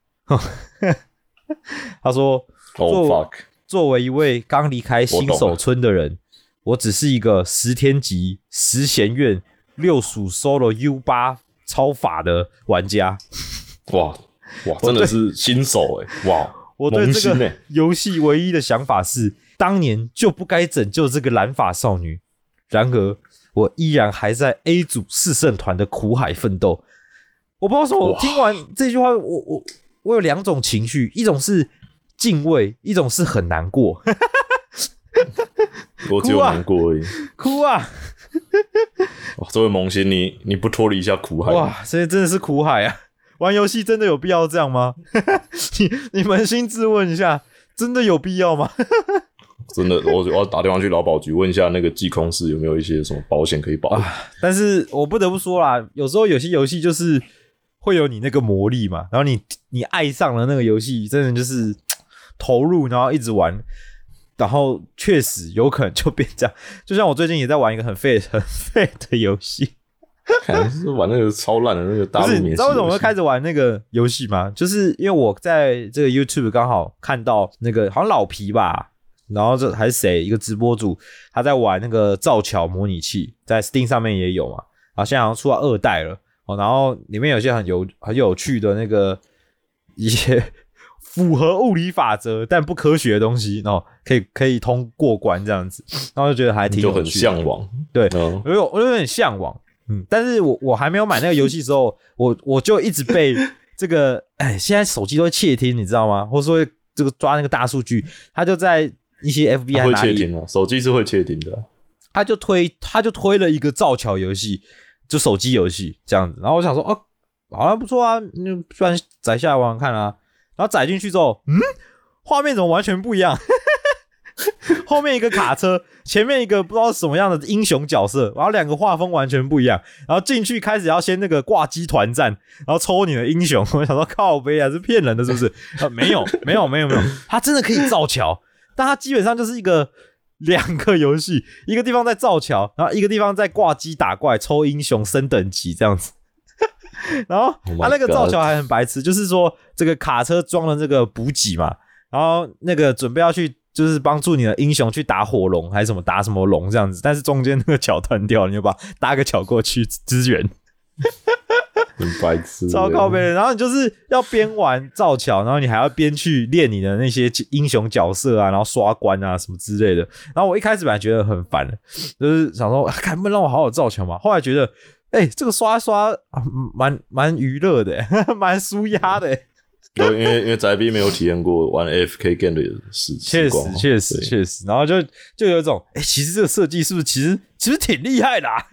他说， oh, fuck. 作为一位刚离开新手村的人，我, 我只是一个十天级十弦院六属 Solo U 八 超法的玩家。 哇哇，真的是新手哎、欸！哇。 我对这个游戏唯一的想法是，当年就不该拯救这个蓝发少女。然而，我依然还在 A 组四圣团的苦海奋斗。我不知道说，我听完这句话，我我我有两种情绪，一种是敬畏，一种是很难过。 我只有难过而已。 哭啊！ 哇，这位萌新，你你不脱离一下苦海？ 哇，这真的是苦海啊！玩游戏真的有必要这样吗？你你扪心自问一下，真的有必要吗？ 真的，我我要打电话去劳保局问一下那个技空室有没有一些什么保险可以保、啊。 但是我不得不说啦，有时候有些游戏就是会有你那个魔力嘛，然后你你爱上了那个游戏，真的就是投入，然后一直玩，然后确实有可能就变这样。就像我最近也在玩一个很废很废的游戏。 看是玩那个超烂的那个大陆免洗游戏。 你知道为什么我会开始玩那个游戏吗？就是因为我在这个 YouTube 刚好看到那个好像老皮吧，然后这还是谁一个直播主他在玩那个造桥模拟器，在 Steam 上面也有嘛，然后现在好像出到二代了哦，然后里面有些很有很有趣的那个一些符合物理法则但不科学的东西，然后可以可以通过关这样子，然后就觉得还挺有趣的， 就很向往。 对，嗯、我有我有点向往。嗯，但是我我还没有买那个游戏的时候，我我就一直被这个，哎，现在手机都会窃听，你知道吗？或者说这个抓那个大数据，他就在一些 F B I 会窃听啊，手机是会窃听的、啊。 他就推他就推了一个造桥游戏，就手机游戏这样子。然后我想说，哦，好像不错啊，那不然载下来玩玩看啊。然后载进去之后，嗯，画面怎么完全不一样？后面一个卡车，前面一个不知道什么样的英雄角色，然后两个画风完全不一样。然后进去开始要先那个挂机团战，然后抽你的英雄。我想说靠北啊，是骗人的，是不是？啊，没有，没有，没有，没有，他真的可以造桥，但他基本上就是一个两个游戏，一个地方在造桥，然后一个地方在挂机打怪、抽英雄、升等级这样子。然后他那个造桥还很白痴，就是说这个卡车装了这个补给嘛，然后那个准备要去。就是帮助你的英雄去打火龙还是什么打什么龙这样子，但是中间那个桥断掉了，你就把搭个桥过去支援， 很白痴， 超靠北的。然后你就是要边玩造桥，然后你还要边去练你的那些英雄角色啊，然后刷关啊什么之类的。然后我一开始本来觉得很烦的，就是想说，看能不能让我好好造桥嘛。后来觉得，哎、欸，这个刷刷蛮蛮娱乐的，蛮舒压的。 因为因为宅逼没有体验过玩 A F K game 的时确实确实确实，然后就就有一种，哎、欸，其实这个设计是不是其实其实挺厉害的、啊，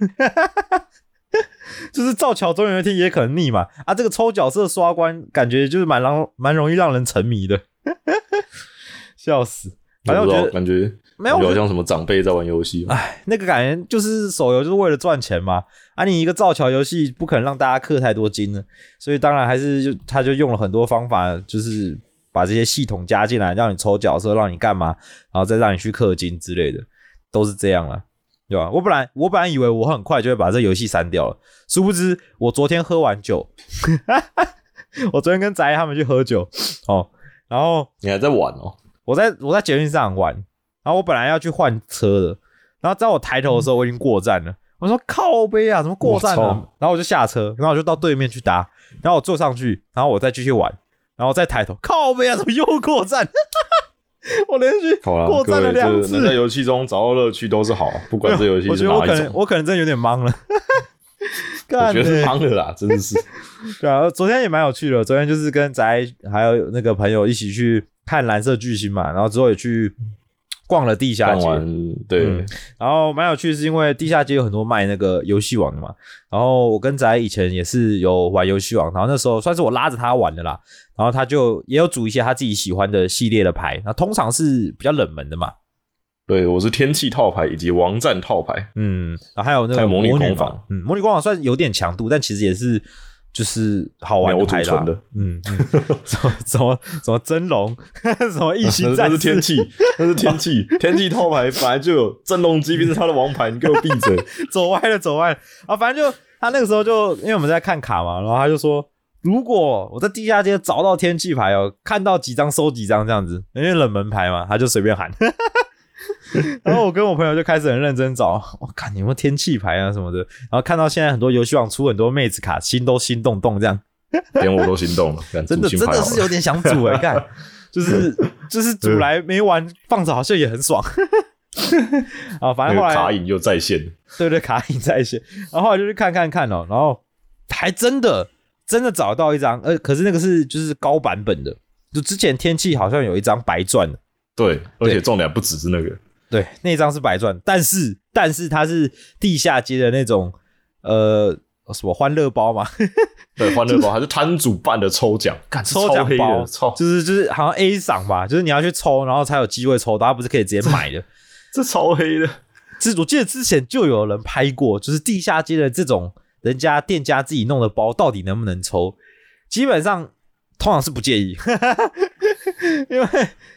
就是造桥总有一天也可能腻嘛啊，这个抽角色刷关感觉就是蛮让蛮容易让人沉迷的，笑死。反正我觉得感觉没有好像什么长辈在玩游戏， 哎，那个感觉就是手游就是为了赚钱嘛。啊，你一个造桥游戏不可能让大家氪太多金呢，所以当然还是就他就用了很多方法，就是把这些系统加进来，让你抽角色，让你干嘛，然后再让你去氪金之类的，都是这样啦，对吧？我本来我本来以为我很快就会把这游戏删掉了，殊不知我昨天喝完酒，我昨天跟宅他们去喝酒哦，然后你还在玩哦。 我在我在捷运上玩，然后我本来要去换车的，然后在我抬头的时候，我已经过站了。我说靠北啊，怎么过站了？然后我就下车，然后我就到对面去搭，然后我坐上去，然后我再继续玩，然后再抬头，靠北啊，怎么又过站？我连续过站了两次。 能在游戏中找到乐趣都是好，不管这游戏是哪一种。 我觉得我可能我可能真的有点懵了。 我觉得是忙了啦，真的是。 对啊，昨天也蛮有趣的。昨天就是跟宅还有那个朋友一起去看蓝色巨星嘛，然后之后也去逛了地下街。 对、 嗯，然后蛮有趣的是因为地下街有很多卖那个游戏王的嘛，然后我跟宅以前也是有玩游戏王，然后那时候算是我拉着他玩的啦，然后他就也有组一些他自己喜欢的系列的牌，那通常是比较冷门的嘛。 对，我是天气套牌以及王战套牌， 嗯，然后还有那个模拟工坊， 嗯，模拟工坊算有点强度，但其实也是就是好玩的牌啦， 的， 嗯，嗯什么什么什么真龙，什么异星战士， 那是天气，那是天气，天气套牌本来就有真龙机兵是他的王牌，你给我闭嘴， 走歪了走歪了啊！反正就他那个时候就因为我们在看卡嘛，然后他就说，如果我在地下街找到天气牌哦，看到几张收几张这样子，因为冷门牌嘛，他就随便喊。然后我跟我朋友就开始很认真找，我看有没有天气牌啊什么的。然后看到现在很多游戏网出很多妹子卡，心都心动动这样， 连我都心动了。 真的真的是有点想组哎、欸，看就是就是组来没玩放着好像也很爽。啊，反正后来、 那個、卡影又在线， 对对，卡影在线。然后后来就去看看看哦，然后还真的真的找到一张，呃，可是那个是就是高版本的，就之前天气好像有一张白钻的。 对，而且重点不只是那个， 对，那张是白钻，但是但是它是地下街的那种呃什么欢乐包嘛， 对，欢乐包还是摊主办的抽奖， 抽奖包，就是就是好像 A 赏吧，就是你要去抽，然后才有机会抽到，它不是可以直接买的， 这, 这超黑的。 这我记得之前就有人拍过，就是地下街的这种人家店家自己弄的包，到底能不能抽？基本上通常是不介意，因为。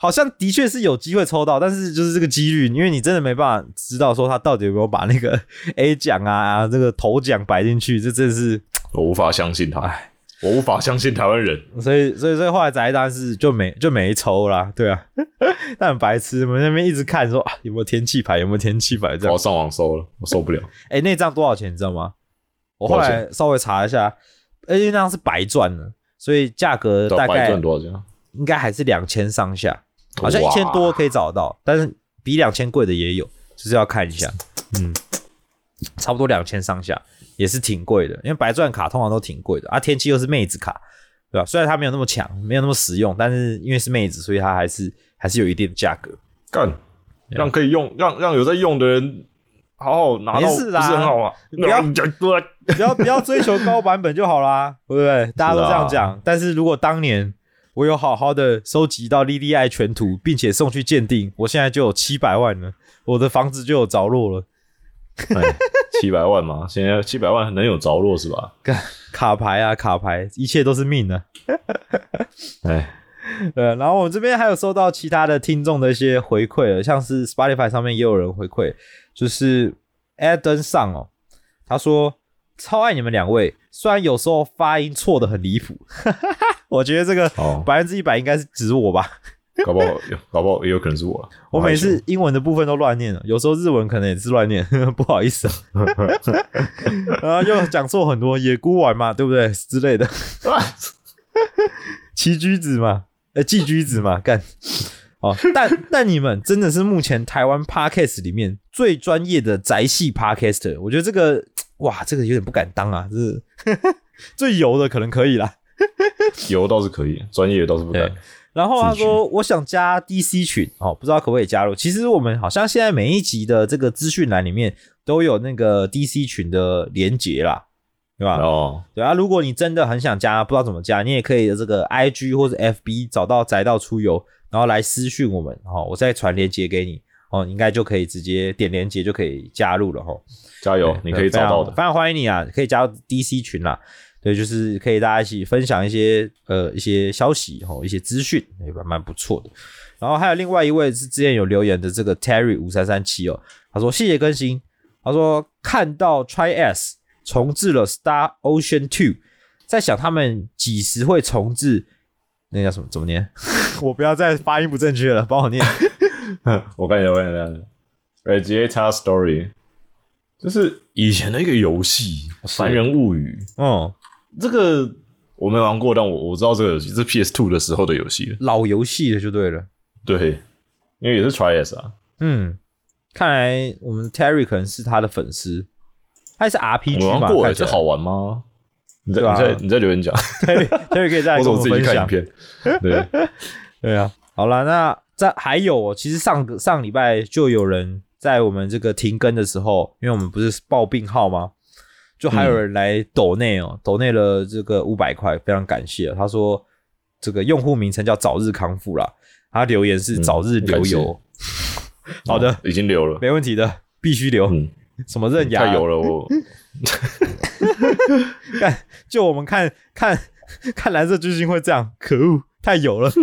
好像的确是有机会抽到，但是就是这个几率，因为你真的没办法知道说他到底有没有把那个 A 奖啊这个头奖摆进去，这真的是我无法相信他，我无法相信台湾人， 所以所以所以后来宅当然是就没就没抽啦，对啊，但很白痴，我们那边一直看说、啊、有没有天气牌，有没有天气牌这样， 我上网搜了，我受不了。 哎、欸，那张多少钱你知道吗？我后来稍微查一下，因为那张是白钻的，所以价格大概白钻多少钱？ 应该还是两千上下。好像一千多可以找到，但是比两千贵的也有，就是要看一下。嗯，差不多两千上下，也是挺贵的。因为白钻卡通常都挺贵的啊，天气又是妹子卡，对吧？虽然它没有那么强，没有那么实用，但是因为是妹子，所以它还是还是有一定的价格。 干，让可以用，让让有在用的人好好拿到， 没事啦， 不是很好啊？ 不要不要不要追求高版本就好啦，对不对？大家都这样讲。啊、但是如果当年我有好好的收集到 L D I 全图，并且送去鉴定，我现在就有七百万了，我的房子就有着落了。 七百万嘛，现在七百万能有着落是吧？ 卡牌啊，卡牌，一切都是命啊！哎，对，然后我这边还有收到其他的听众的一些回馈，像是 Spotify 上面也有人回馈，就是 Adam 上哦，他说超爱你们两位，虽然有时候发音错的很离谱。我觉得这个百分之一百应该是指我吧， 搞不好搞不好也有可能是我。 我每次英文的部分都乱念了，有时候日文可能也是乱念，不好意思啊。然后又讲错很多，野菇丸嘛，对不对之类的。奇居子嘛，呃，寄居子嘛，干。哦，但但你们真的是目前台湾 Podcast 里面最专业的宅系 Podcaster， 我觉得这个哇，这个有点不敢当啊，是最油的可能可以啦。 油倒是可以，专业倒是不敢。 然后他说我想加 D C 群哦，不知道可不可以加入。其实我们好像现在每一集的这个资讯栏里面都有那个 D C 群的连结啦，对吧？ 哦， 对啊，如果你真的很想加，不知道怎么加，你也可以这个 I G 或者 F B 找到宅道出游，然后来私讯我们哦，我再传连结给你哦，你应该就可以直接点连结就可以加入了哈。 加油，你可以找到的， 非常欢迎你啊，可以加入 D C 群啦。对，就是可以大家一起分享一些呃一些消息齁，一些资讯，也蛮不错的。然后还有另外一位是之前有留言的这个 Terry 五三三七哦，他说谢谢更新，他说看到 Try S 重置了 Star Ocean 二， 在想他们几时会重置那叫什么怎么念？我不要再发音不正确了，帮我念。 我看一下，我看一下 Regata Story 就是以前的一个游戏《凡人物语》 哦。 这个我没玩过，但我我知道这个游戏，这是 P S 二 的时候的游戏， 老游戏了就对了。 对，因为也是 Try S 啊。 嗯，看来我们 Terry 可能是他的粉丝，他是 R P G 嘛？ 我玩过，这好玩吗？你在、啊、你在你在留言讲 ，Terry Terry 可以再来跟我们分享。 我自己看影片，对对啊。好啦，那这还有、哦，其实上上礼拜就有人在我们这个停更的时候，因为我们不是报病号吗？就还有人来抖内哦，抖内了这个五百块，非常感谢。他说这个用户名称叫早日康复啦，他留言是早日留油。嗯、好的、哦， 已经留了， 没问题的，必须留。嗯、什么刃牙？ 太油了我。 看，就我们看看看蓝色巨星会这样，可恶，太油了。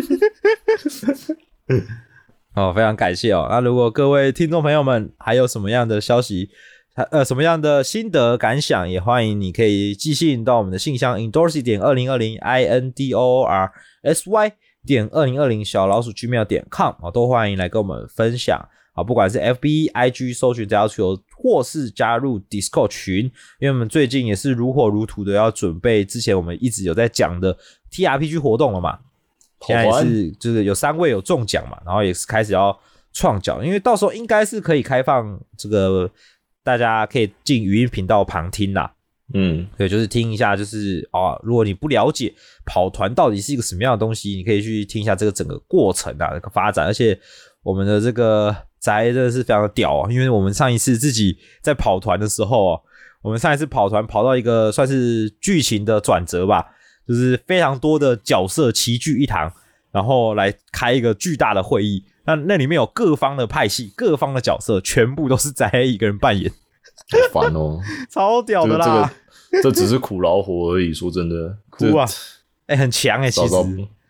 好，非常感谢哦。那如果各位听众朋友们还有什么样的消息？呃，什么样的心得感想，也欢迎你可以寄信到我们的信箱 indorsy 点二零二零 i n d o o r s y 点二零二零小老鼠 gmail 点 com 啊，都欢迎来跟我们分享啊，不管是 F B、I G 搜寻宅道出游，或是加入 Discord 群，因为我们最近也是如火如荼的要准备之前我们一直有在讲的 T R P G 活动了嘛，现在也是就是有三位有中奖嘛，然后也是开始要创奖，因为到时候应该是可以开放这个。大家可以进语音频道旁听啦，嗯，对，就是听一下，就是啊，如果你不了解跑团到底是一个什么样的东西，你可以去听一下这个整个过程啊，这个发展。而且我们的这个宅真的是非常的屌啊，因为我们上一次自己在跑团的时候、啊，我们上一次跑团跑到一个算是剧情的转折吧，就是非常多的角色齐聚一堂，然后来开一个巨大的会议。那那里面有各方的派系，各方的角色，全部都是宅一个人扮演， 好烦哦， 超屌的啦！ 这个、这只是苦劳活而已，说真的， 哭啊！哎、欸，很强哎、欸，其实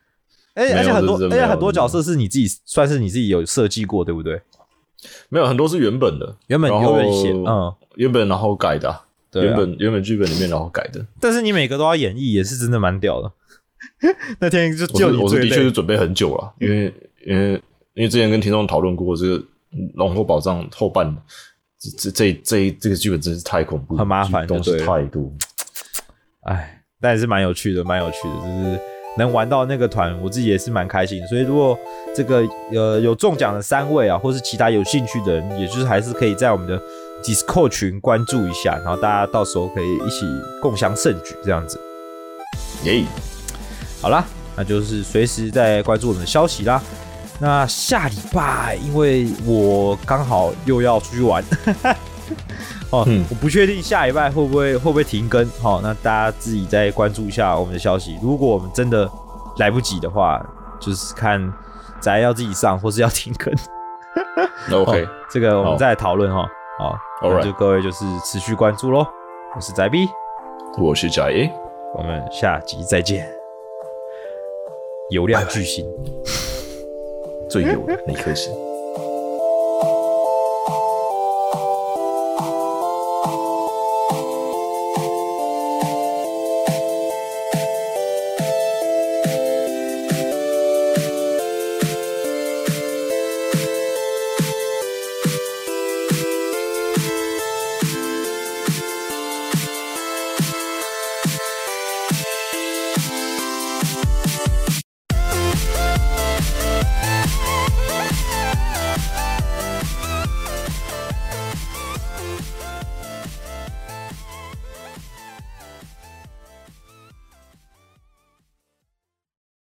而且而且很多而且很多角色是你自己算是你自己有设计过，对不对？ 没有，很多是原本的， 原本有人写，嗯， 原本然后改的、啊， 对啊、 原本原本剧本里面然后改的。 但是你每个都要演绎，也是真的蛮屌的。那天就就你我是的确是准备很久了，因为因为因为之前跟听众讨论过这个《龙火宝藏》后半这这这这这个剧本真是太恐怖， 很麻烦， 东西太多。 哎，但也是蛮有趣的，蛮有趣的，就是能玩到那个团，我自己也是蛮开心。所以如果这个呃有中奖的三位啊，或是其他有兴趣的人，也就是还是可以在我们的 Discord 群关注一下，然后大家到时候可以一起共襄盛举这样子。 耶、yeah. 好啦，那就是随时在关注我们的消息啦。那下礼拜，因为我刚好又要出去玩，哦、嗯，我不确定下礼拜会不会会不会停更，好、哦，那大家自己再关注一下我们的消息。如果我们真的来不及的话，就是看宅要自己上，或是要停更。 OK，、哦、 这个我们再来讨论哈。好，那就各位就是持续关注咯。我是宅 B， 我是宅 A， 我们下集再见。油亮巨星， 最有的那颗星。